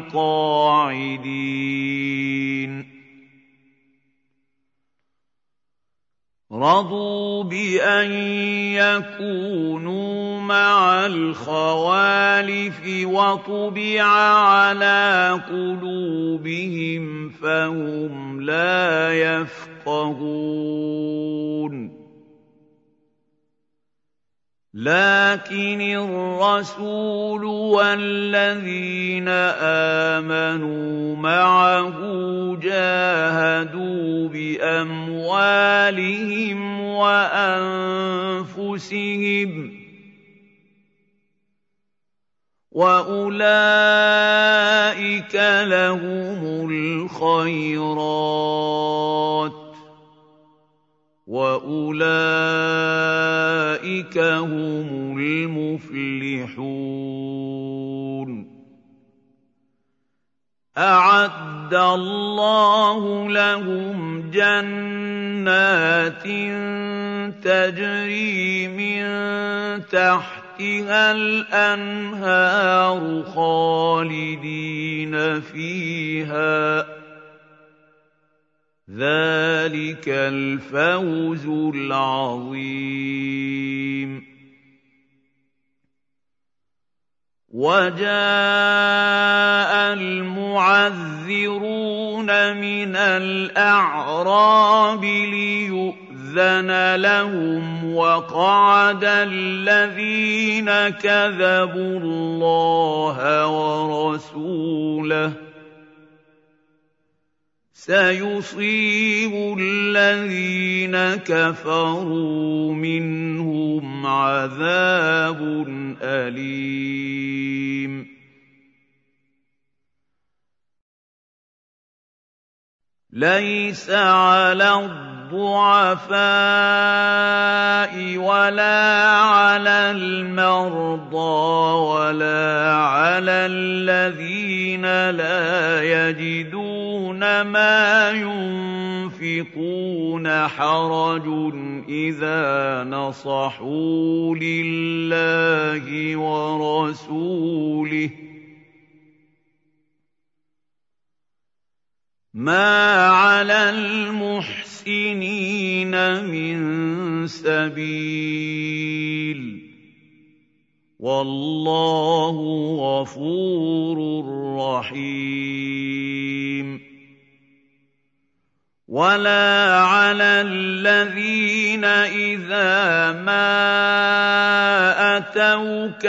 Speaker 1: الْقَاعِدِينَ رَضُوا بِأَن يَكُونُوا مَعَ الْخَوَالِفِ وَطُبِعَ عَلَىٰ قُلُوبِهِمْ فَهُمْ لَا يَفْقَهُونَ لكن الرسول والذين آمنوا معه جاهدوا بأموالهم وأنفسهم وأولئك لهم الخيرات وأولئك هم المفلحون أعد الله لهم جنات تجري من تحتها الأنهار خالدين فيها ذلك الفوز العظيم وجاء المعذرون من الأعراب ليؤذن لهم وقعد الذين كذبوا الله ورسوله سيصيب الذين كفروا منهم عذاب أليم ليس على الضعفاء ولا على المرضى ولا على الذين لا يجدون ما ينفقون حرج إذا نصحوا لله ورسوله ما على المحسنين من سبيل والله غفور رحيم ولا على الذين إذا ما أتوك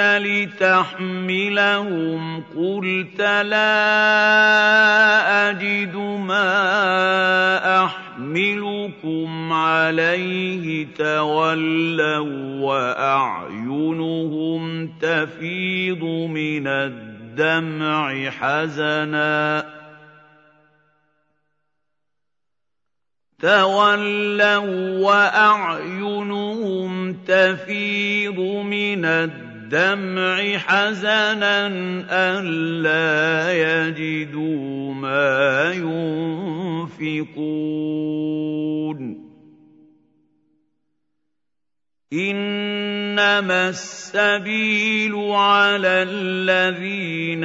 Speaker 1: لتحملهم قلت لا أجد ما أحملكم عليه تولوا وأعينهم تفيض من الدمع حزنا ألا يجدوا ما ينفقون إنما السبيل على الذين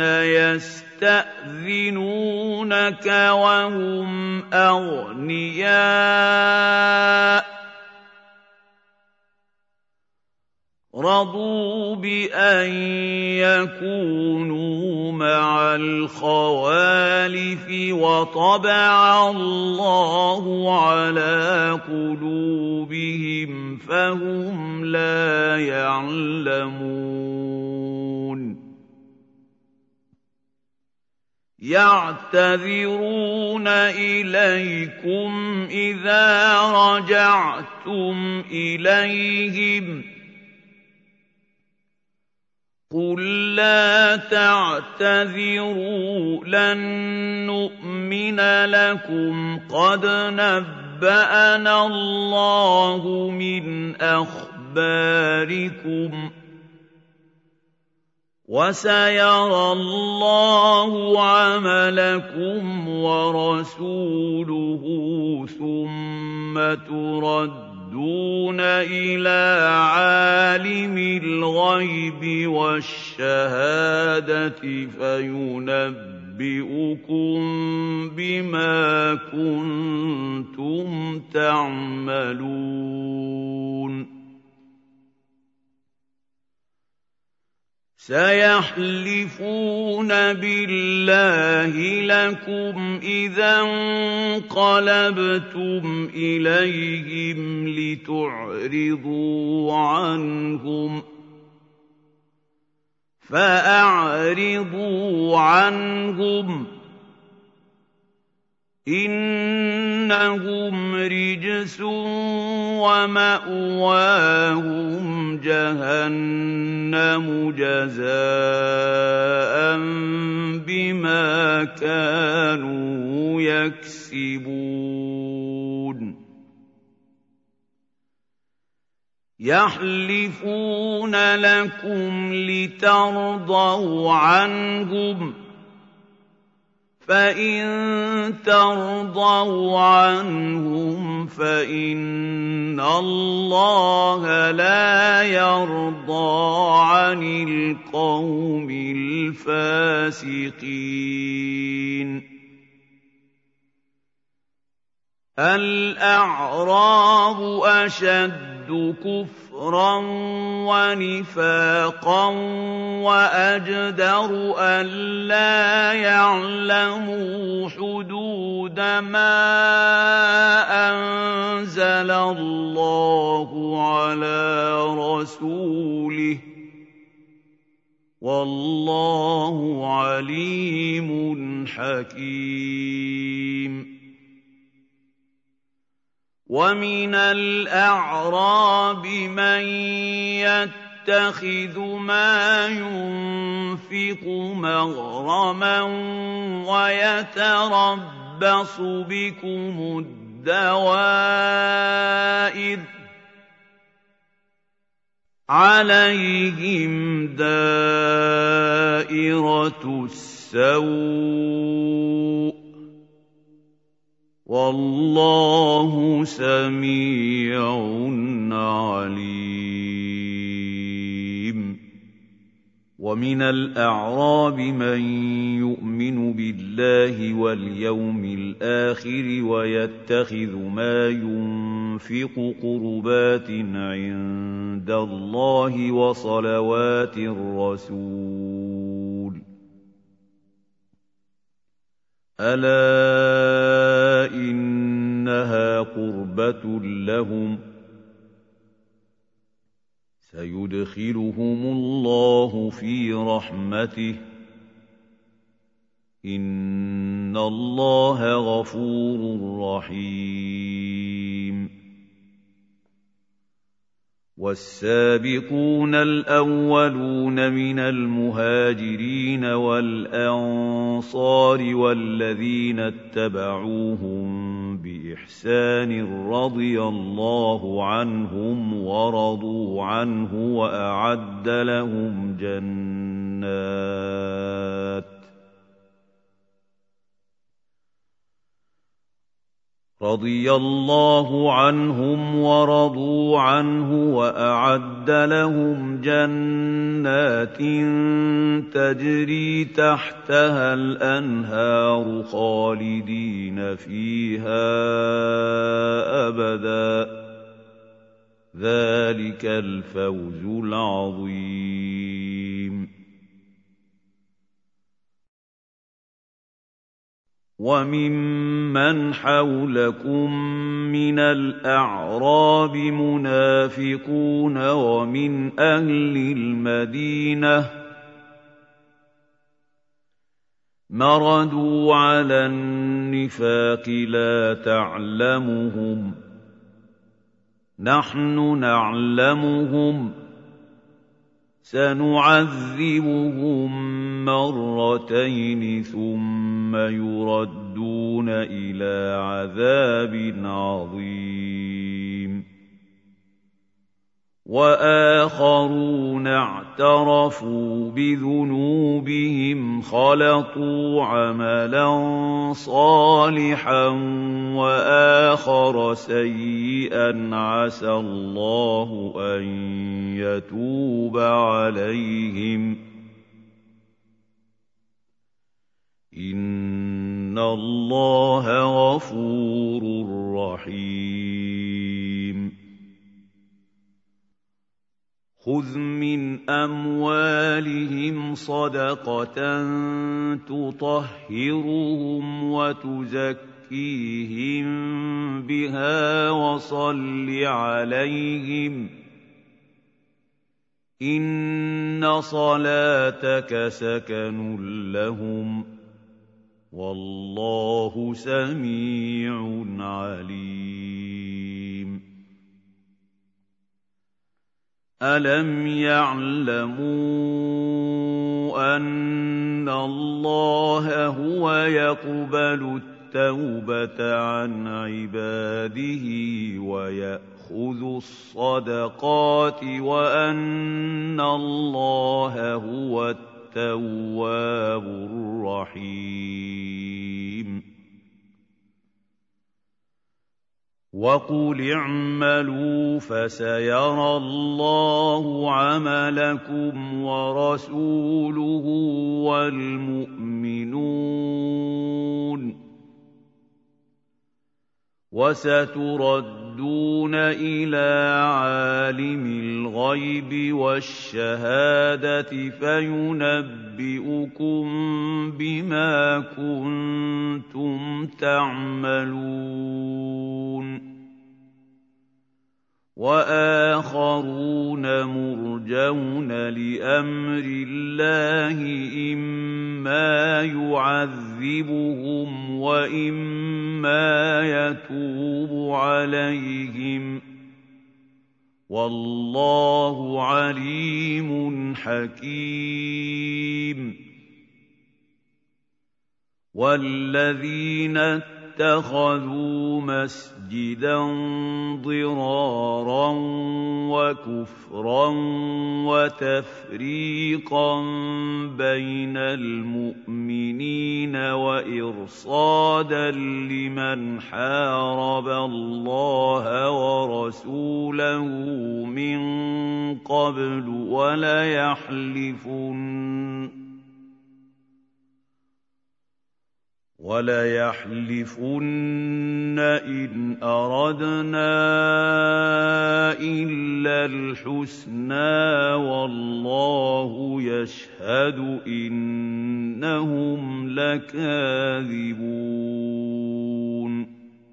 Speaker 1: يستأذنونك وهم أغنياء رضوا بأن يكونوا مع الخوالف وطبع الله على قلوبهم فهم لا يعلمون يعتذرون إليكم إذا رجعتم إليهم قل لا تعتذروا لن نؤمن لكم قد نبأنا الله من أخباركم وسيرى الله عملكم ورسوله ثم تردون إلى عالم الغيب والشهادة فينبئكم بما كنتم تعملون سَيَحْلِفُونَ بِاللَّهِ لَكُمْ إِذَا انقَلَبْتُمْ إِلَيْهِمْ لِتُعْرِضُوا عَنْهُمْ ۖ فَأَعْرِضُوا عَنْهُمْ ۖ إِنَّهُمْ رِجْسٌ وَمَأْوَاهُمْ جَهَنَّمُ جَزَاءً بِمَا كَانُوا يَكْسِبُونَ يَحْلِفُونَ لَكُمْ لِتَرْضَوْا عَنْهُمْ ۖ فَإِن تَرْضَوْا عَنْهُمْ فَإِنَّ اللَّهَ لَا يَرْضَىٰ عَنِ الْقَوْمِ الْفَاسِقِينَ الْأَعْرَابُ أَشَدُّ كُفْرًا وَنِفَاقًا وَأَجْدَرُ أَلَّا يَعْلَمُوا حُدُودَ مَا أَنزَلَ اللَّهُ عَلَىٰ رَسُولِهِ ۗ وَاللَّهُ عَلِيمٌ حَكِيمٌ وَمِنَ الْأَعْرَابِ مَن يَتَّخِذُ مَا يُنفِقُ مَغْرَمًا وَيَتَرَبَّصُ بِكُمُ الدَّوَائِرَ ۚ عَلَيْهِمْ دَائِرَةُ السَّوْءِ ۗ وَاللَّهُ سَمِيعٌ عَلِيمٌ وَمِنَ الْأَعْرَابِ مَن يُؤْمِنُ بِاللَّهِ وَالْيَوْمِ الْآخِرِ وَيَتَّخِذُ مَا يُنفِقُ قُرُبَاتٍ عِندَ اللَّهِ وَصَلَوَاتِ الرَّسُولِ ۚ أَلَا إِنَّهَا قُرْبَةٌ لَّهُمْ ۚ سَيُدْخِلُهُمُ اللَّهُ فِي رَحْمَتِهِ ۗ إِنَّ اللَّهَ غَفُورٌ رَّحِيمٌ وَالسَّابِقُونَ الْأَوَّلُونَ مِنَ الْمُهَاجِرِينَ وَالْأَنصَارِ وَالَّذِينَ اتَّبَعُوهُم بِإِحْسَانٍ رَّضِيَ اللَّهُ عَنْهُمْ وَرَضُوا عَنْهُ وَأَعَدَّ لَهُمْ جَنَّاتٍ تَجْرِي تَحْتَهَا الْأَنْهَارُ خَالِدِينَ فِيهَا أَبَدًا ۚ ذَٰلِكَ الْفَوْزُ الْعَظِيمُ وَمِمَّنْ حَوْلَكُم مِّنَ الْأَعْرَابِ مُنَافِقُونَ وَمِنْ أَهْلِ الْمَدِينَةِ ۖ مَرَدُوا عَلَى النِّفَاقِ لَا تَعْلَمُهُمْ ۖ نَحْنُ نَعْلَمُهُمْ ۚ سَنُعَذِّبُهُم مَّرَّتَيْنِ ثُمَّ يُرَدُّونَ إِلَىٰ عَذَابٍ عَظِيمٍ وَآخَرُونَ اعْتَرَفُوا بِذُنُوبِهِمْ خَلَطُوا عَمَلًا صَالِحًا وَآخَرَ سَيِّئًا عَسَى اللَّهُ أَن يَتُوبَ عَلَيْهِمْ ۗ إِنَّ اللَّهَ غَفُورٌ رَّحِيمٌ خُذْ مِنْ أَمْوَالِهِمْ صَدَقَةً تُطَهِّرُهُمْ وَتُزَكِّيهِم بِهَا وَصَلِّ عَلَيْهِمْ ۖ إِنَّ صَلَاتَكَ سَكَنٌ لَّهُمْ ۗ وَاللَّهُ سَمِيعٌ عَلِيمٌ أَلَمْ يَعْلَمُوا أَنَّ اللَّهَ هُوَ يَقْبَلُ التَّوْبَةَ عَنْ عِبَادِهِ وَيَأْخُذُ الصَّدَقَاتِ وَأَنَّ اللَّهَ هُوَ التَّوَّابُ الرَّحِيمُ وَقُلِ اعْمَلُوا فَسَيَرَى اللَّهُ عَمَلَكُمْ وَرَسُولُهُ وَالْمُؤْمِنُونَ وَسَتُرَدُّونَ إِلَىٰ عَالِمِ الْغَيْبِ وَالشَّهَادَةِ فَيُنَبِّئُكُم بِمَا كُنتُمْ تَعْمَلُونَ وَآخَرُونَ مُرْجَوْنَ لِأَمْرِ اللَّهِ إِمَّا يُعَذِّبُهُمْ وَإِمَّا يَتُوبُ عَلَيْهِمْ ۗ وَاللَّهُ عَلِيمٌ حَكِيمٌ وَالَّذِينَ اتَّخَذُوا مَسْجِدًا ضِرَارًا وَكُفْرًا وَتَفْرِيقًا بَيْنَ الْمُؤْمِنِينَ وَإِرْصَادًا لِّمَنْ حَارَبَ اللَّهَ وَرَسُولَهُ مِن قَبْلُ وَلَيَحْلِفُنَّ إِنْ أَرَدْنَا إِلَّا الْحُسْنَىٰ وَاللَّهُ يَشْهَدُ إِنَّهُمْ لَكَاذِبُونَ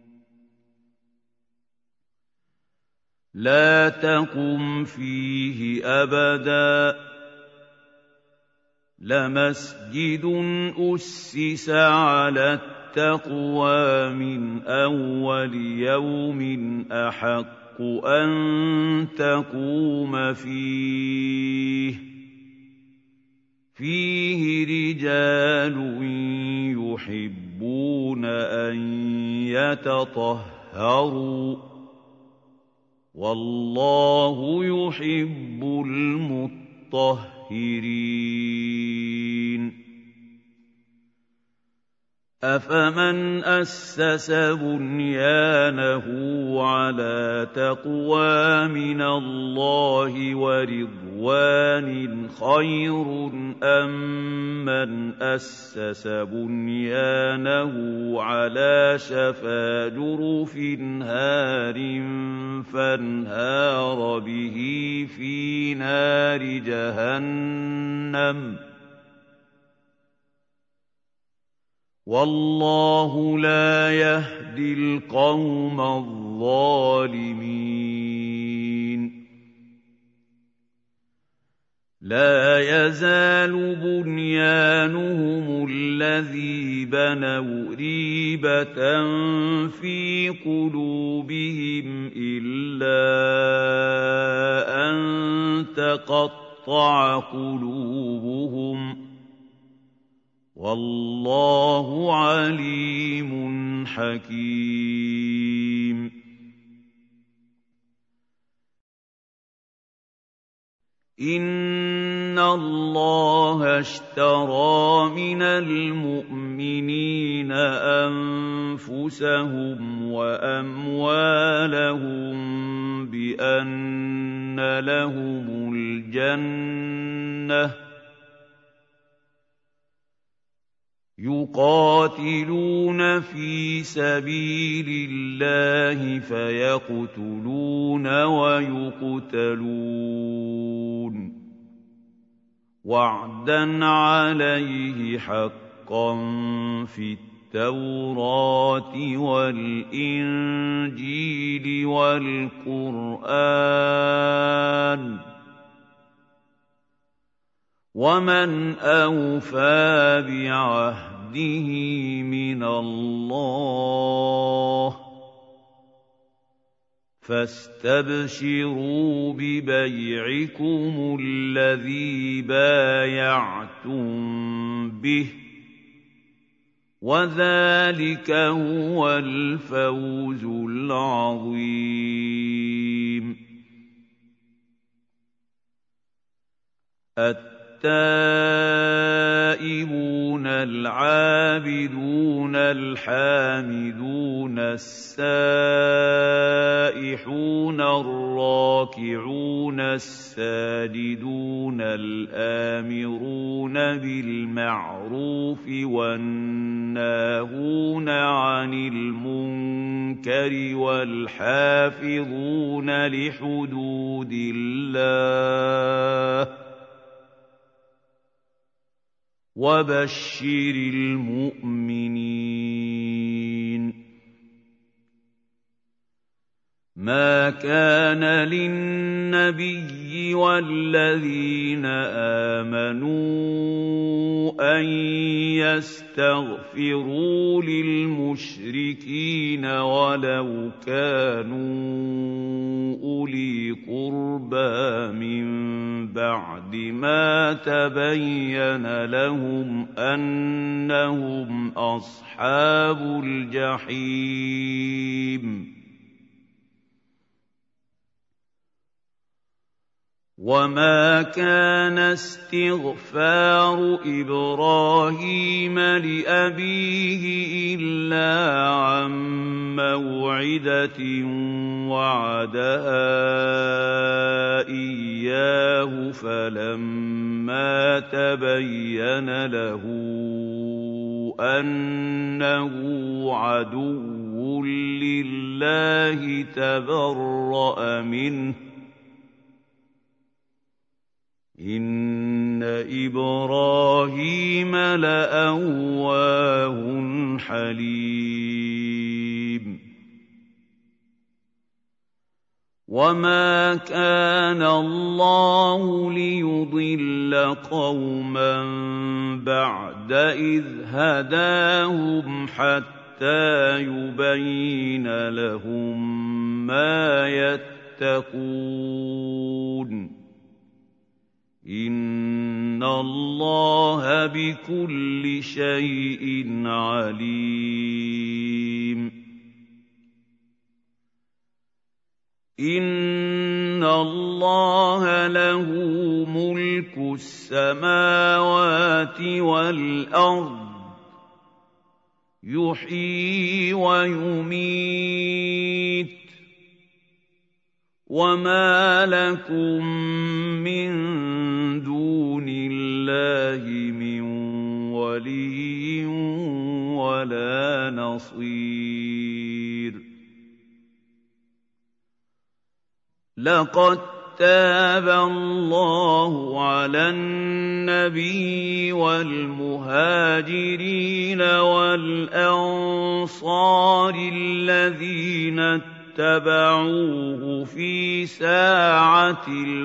Speaker 1: لَا تَقُمْ فِيهِ أَبَدًا ۚ لَمَسْجِدٌ أُسِّسَ عَلَى التَّقْوَىٰ مِنْ أَوَّلِ يَوْمٍ أَحَقُّ أَن تَقُومَ فِيهِ رِجَالٌ يُحِبُّونَ أَن يَتَطَهَّرُوا ۚ وَاللَّهُ يُحِبُّ الْمُطَّهِّرِينَ أَفَمَنْ أَسَّسَ بُنْيَانَهُ عَلَىٰ تَقْوَىٰ مِنَ اللَّهِ وَرِضْوَانٍ خَيْرٌ أَم مَّنْ أَسَّسَ بُنْيَانَهُ عَلَىٰ شَفَا جُرُفٍ هَارٍ فَانْهَارَ بِهِ فِي نَارِ جَهَنَّمَ ۗ وَاللَّهُ لَا يَهْدِي الْقَوْمَ الظَّالِمِينَ لَا يَزَالُ بُنْيَانُهُمُ الَّذِي بَنَوْا رِيبَةً فِي قُلُوبِهِمْ إِلَّا أَن تَقَطَّعَ قُلُوبُهُمْ ۗ وَاللَّهُ عَلِيمٌ حَكِيمٌ إِنَّ اللَّهَ اشْتَرَىٰ مِنَ الْمُؤْمِنِينَ أَنفُسَهُمْ وَأَمْوَالَهُم بِأَنَّ لَهُمُ الْجَنَّةَ ۚ يُقَاتِلُونَ فِي سَبِيلِ اللَّهِ فَيَقْتُلُونَ وَيُقْتَلُونَ وَعْدًا عَلَيْهِ حَقًّا فِي التَّوْرَاةِ وَالْإِنجِيلِ وَالْقُرْآنِ ۚ وَمَنْ أَوْفَىٰ بِعَهْدِهِ مِنَ اللَّهِ ۚ فَاسْتَبْشِرُوا بِبَيْعِكُمُ الَّذِي بَايَعْتُم بِهِ ۚ وَذَٰلِكَ هُوَ الْفَوْزُ الْعَظِيمُ. التائبون العابدون الحامدون السائحون الراكعون الساجدون الآمرون بالمعروف والناهون عن المنكر والحافظون لحدود الله وَبَشِّرِ الْمُؤْمِنِينَ. مَا كَانَ لِلنَّبِيِّ وَالَّذِينَ آمَنُوا أَن يَسْتَغْفِرُوا لِلْمُشْرِكِينَ وَلَوْ كَانُوا أُولِي قُرْبَىٰ مِن بَعْدِ مَا تَبَيَّنَ لَهُمْ أَنَّهُمْ أَصْحَابُ الْجَحِيمِ. وَمَا كَانَ اسْتِغْفَارُ إِبْرَاهِيمَ لِأَبِيهِ إِلَّا عَن مَّوْعِدَةٍ وَعَدَهَا إِيَّاهُ فَلَمَّا تَبَيَّنَ لَهُ أَنَّهُ عَدُوٌّ لِّلَّهِ تَبَرَّأَ مِنْهُ ۚ إِنَّ إِبْرَاهِيمَ لَأَوَّاهٌ حَلِيمٌ. وَمَا كَانَ اللَّهُ لِيُضِلَّ قَوْمًا بَعْدَ إِذْ هَدَاهُمْ حَتَّىٰ يُبَيِّنَ لَهُم مَّا يَتَّقُونَ ۚ إِنَّ اللَّهَ بِكُلِّ شَيْءٍ عَلِيمٌ. إِنَّ اللَّهَ لَهُ مُلْكُ السَّمَاوَاتِ وَالْأَرْضِ ۖ يُحْيِي وَيُمِيتُ ۚ وَمَا لَكُم مِّن دُونِ اللَّهِ مِن وَلِيٍّ وَلَا نَصِيرٍ. لَقَد تَّابَ اللَّهُ عَلَى النَّبِيِّ وَالْمُهَاجِرِينَ وَالْأَنصَارِ الَّذِينَ اتَّبَعُوهُ فِي سَاعَةِ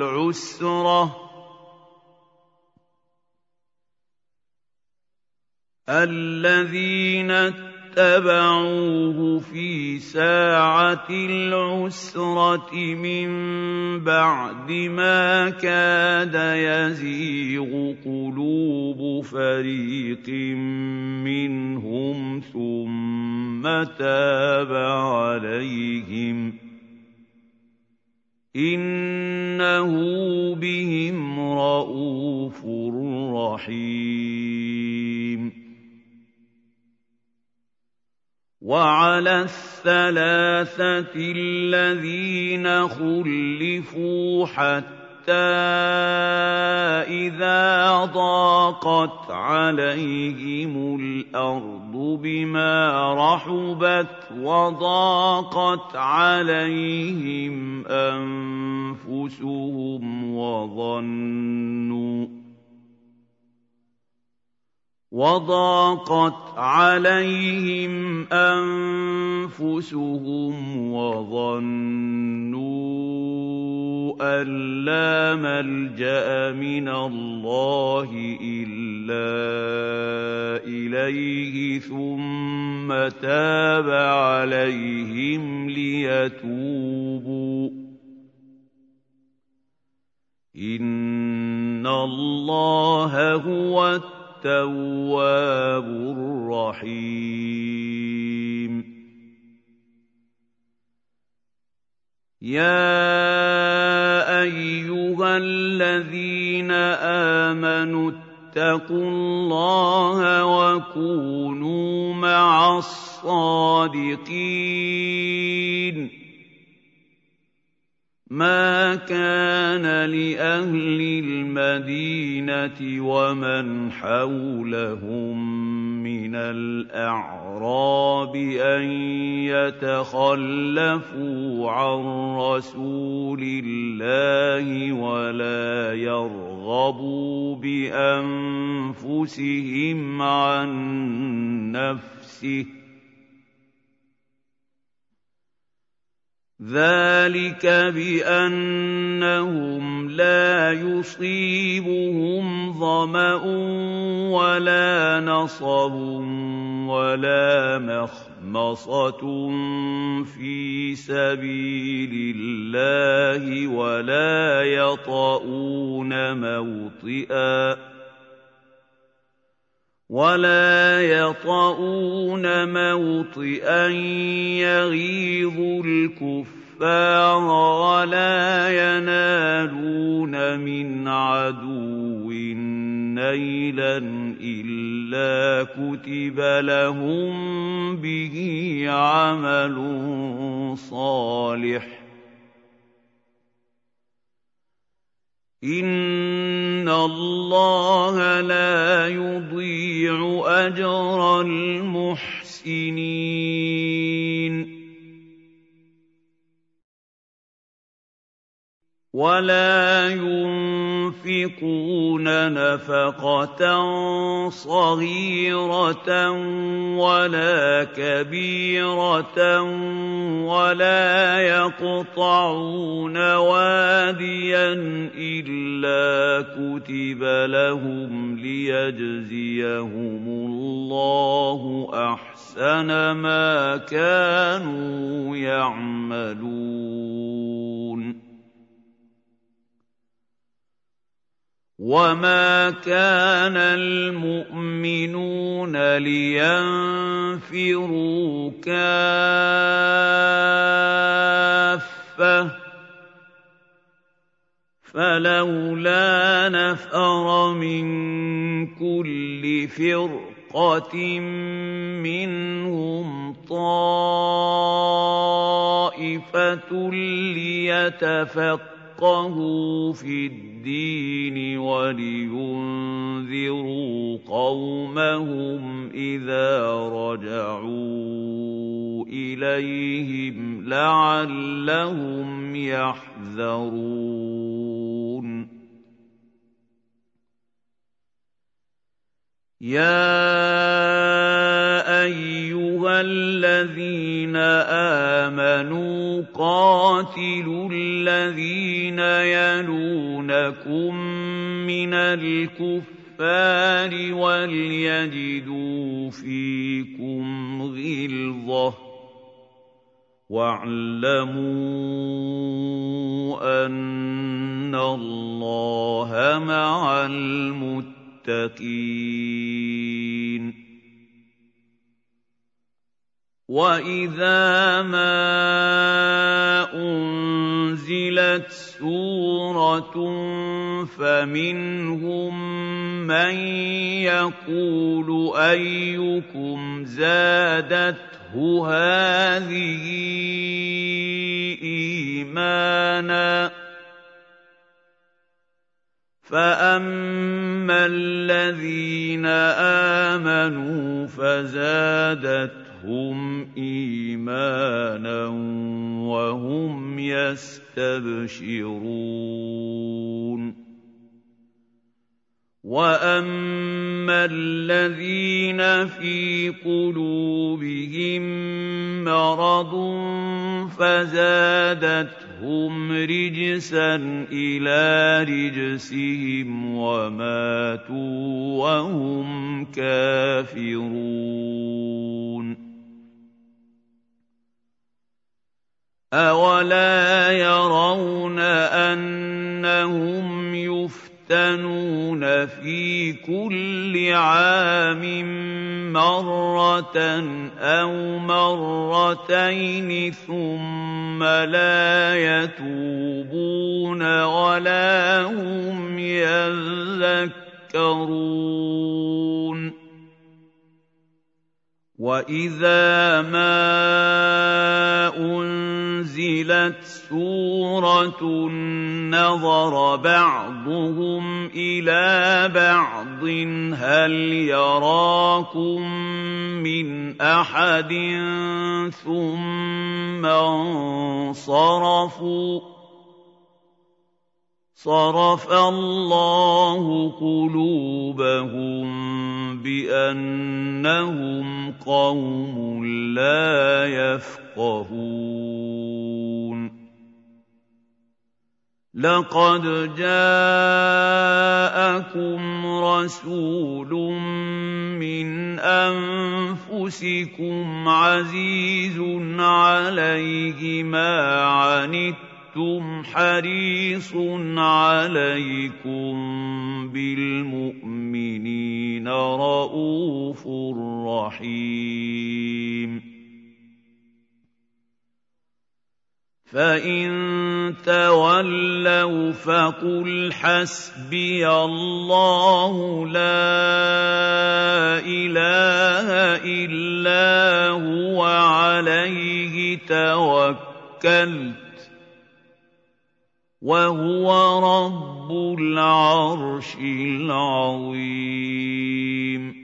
Speaker 1: الْعُسْرَةِ مِن بَعْدِ مَا كَادَ يَزِيغُ قُلُوبُ فَرِيقٍ مِّنْهُمْ ثُمَّ تَابَ عَلَيْهِمْ ۚ إِنَّهُ بِهِمْ رَءُوفٌ رَّحِيمٌ. وَعَلَى الثَّلَاثَةِ الَّذِينَ خُلِّفُوا حَتَّىٰ إِذَا ضَاقَتْ عَلَيْهِمُ الْأَرْضُ بِمَا رَحُبَتْ وَضَاقَتْ عَلَيْهِمْ أَنفُسُهُمْ وَظَنُّوا أَن لَّا مَلْجَأَ مِنَ اللَّهِ إِلَّا إِلَيْهِ ثُمَّ تَابَ عَلَيْهِمْ لِيَتُوبُوا ۚ إِنَّ اللَّهَ هُوَ التَّوَّابُ الرَّحِيمُ. يَا أَيُّهَا الَّذِينَ آمَنُوا اتَّقُوا اللَّهَ وَكُونُوا مَعَ الصَّادِقِينَ. مَا كَانَ لِأَهْلِ الْمَدِينَةِ وَمَنْ حَوْلَهُم مِّنَ الْأَعْرَابِ أَن يَتَخَلَّفُوا عَن رَّسُولِ اللَّهِ وَلَا يَرْغَبُوا بِأَنفُسِهِمْ عَن نَّفْسِهِ ۚ ذَٰلِكَ بِأَنَّهُمْ لَا يُصِيبُهُمْ ظَمَأٌ وَلَا نَصَبٌ وَلَا مَخْمَصَةٌ فِي سَبِيلِ اللَّهِ وَلَا يَطَئُونَ مَوْطِئًا يَغِيظُ الْكُفَّارَ وَلَا يَنَالُونَ مِنْ عَدُوٍّ نَيْلًا إِلَّا كُتِبَ لَهُم بِهِ عَمَلٌ صَالِحٌ ۚ إِنَّ اللَّهَ لَا يُضِيعُ أَجْرَ الْمُحْسِنِينَ. وَلَا يُنفِقُونَ نَفَقَةً صَغِيرَةً وَلَا كَبِيرَةً وَلَا يَقْطَعُونَ وَادِيًا إِلَّا كُتِبَ لَهُمْ لِيَجْزِيَهُمُ اللَّهُ أَحْسَنَ مَا كَانُوا يَعْمَلُونَ. وَمَا كَانَ الْمُؤْمِنُونَ لِيَنفِرُوا كَافَّةً ۚ فَلَوْلَا نَفَرَ مِن كُلِّ فِرْقَةٍ مِّنْهُمْ طَائِفَةٌ لِّيَتَفَقَّهُوا فِي الدِّينِ وَلِيُنذِرُوا قَوْمَهُمْ إِذَا رَجَعُوا إِلَيْهِمْ لَعَلَّهُمْ يَحْذَرُونَ. يَا أَيُّهَا الَّذِينَ آمَنُوا قَاتِلُوا الَّذِينَ يَلُونَكُم مِّنَ الْكُفَّارِ وَلْيَجِدُوا فِيكُمْ غِلْظَةً ۚ وَاعْلَمُوا أَنَّ اللَّهَ مَعَ الْمُتَّقِينَ. وَإِذَا مَا أُنزِلَتْ سُورَةٌ فَمِنْهُم مَّن يَقُولُ أَيُّكُمْ زَادَتْهُ هَٰذِهِ إِيمَانًا ۚ فَأَمَّا الَّذِينَ آمَنُوا فَزَادَتْهُمْ إِيمَانًا وَهُمْ يَسْتَبْشِرُونَ وَأَمَّا الَّذِينَ فِي قُلُوبِهِم مَّرَضٌ فَزَادَتْهُمْ رِجْسًا إِلَىٰ رِجْسِهِمْ وَمَاتُوا وَهُمْ كَافِرُونَ أَوَلَا يَرَوْنَ أَنَّهُمْ يُفْتَنُونَ فِي كُلِّ عَامٍ مَّرَّةً أَوْ مَرَّتَيْنِ ثُمَّ لَا يَتُوبُونَ وَلَا هُمْ يَذَّكَّرُونَ وَإِذَا مَا أُنزِلَتْ سُورَةٌ نَّظَرَ بَعْضُهُمْ إِلَىٰ بَعْضٍ هَلْ يَرَاكُم مِّنْ أَحَدٍ ثُمَّ انصَرَفُوا صَرَفَ اللَّهُ قُلُوبَهُم بِأَنَّهُمْ قَوْمٌ لَّا يَفْقَهُونَ لَقَدْ جَاءَكُمْ رَسُولٌ مِّنْ أَنفُسِكُمْ عَزِيزٌ عَلَيْهِ مَا عَنِتُّمْ حَرِيصٌ عَلَيْكُم بِالْمُؤْمِنِينَ رَءُوفٌ رَّحِيمٌ فَإِن تَوَلَّوْا فَقُلْ حَسْبِيَ اللَّهُ لَا إِلَٰهَ إِلَّا هُوَ عَلَيْهِ تَوَكَّلْتُ وَهُوَ رَبُّ الْعَرْشِ الْعَظِيمِ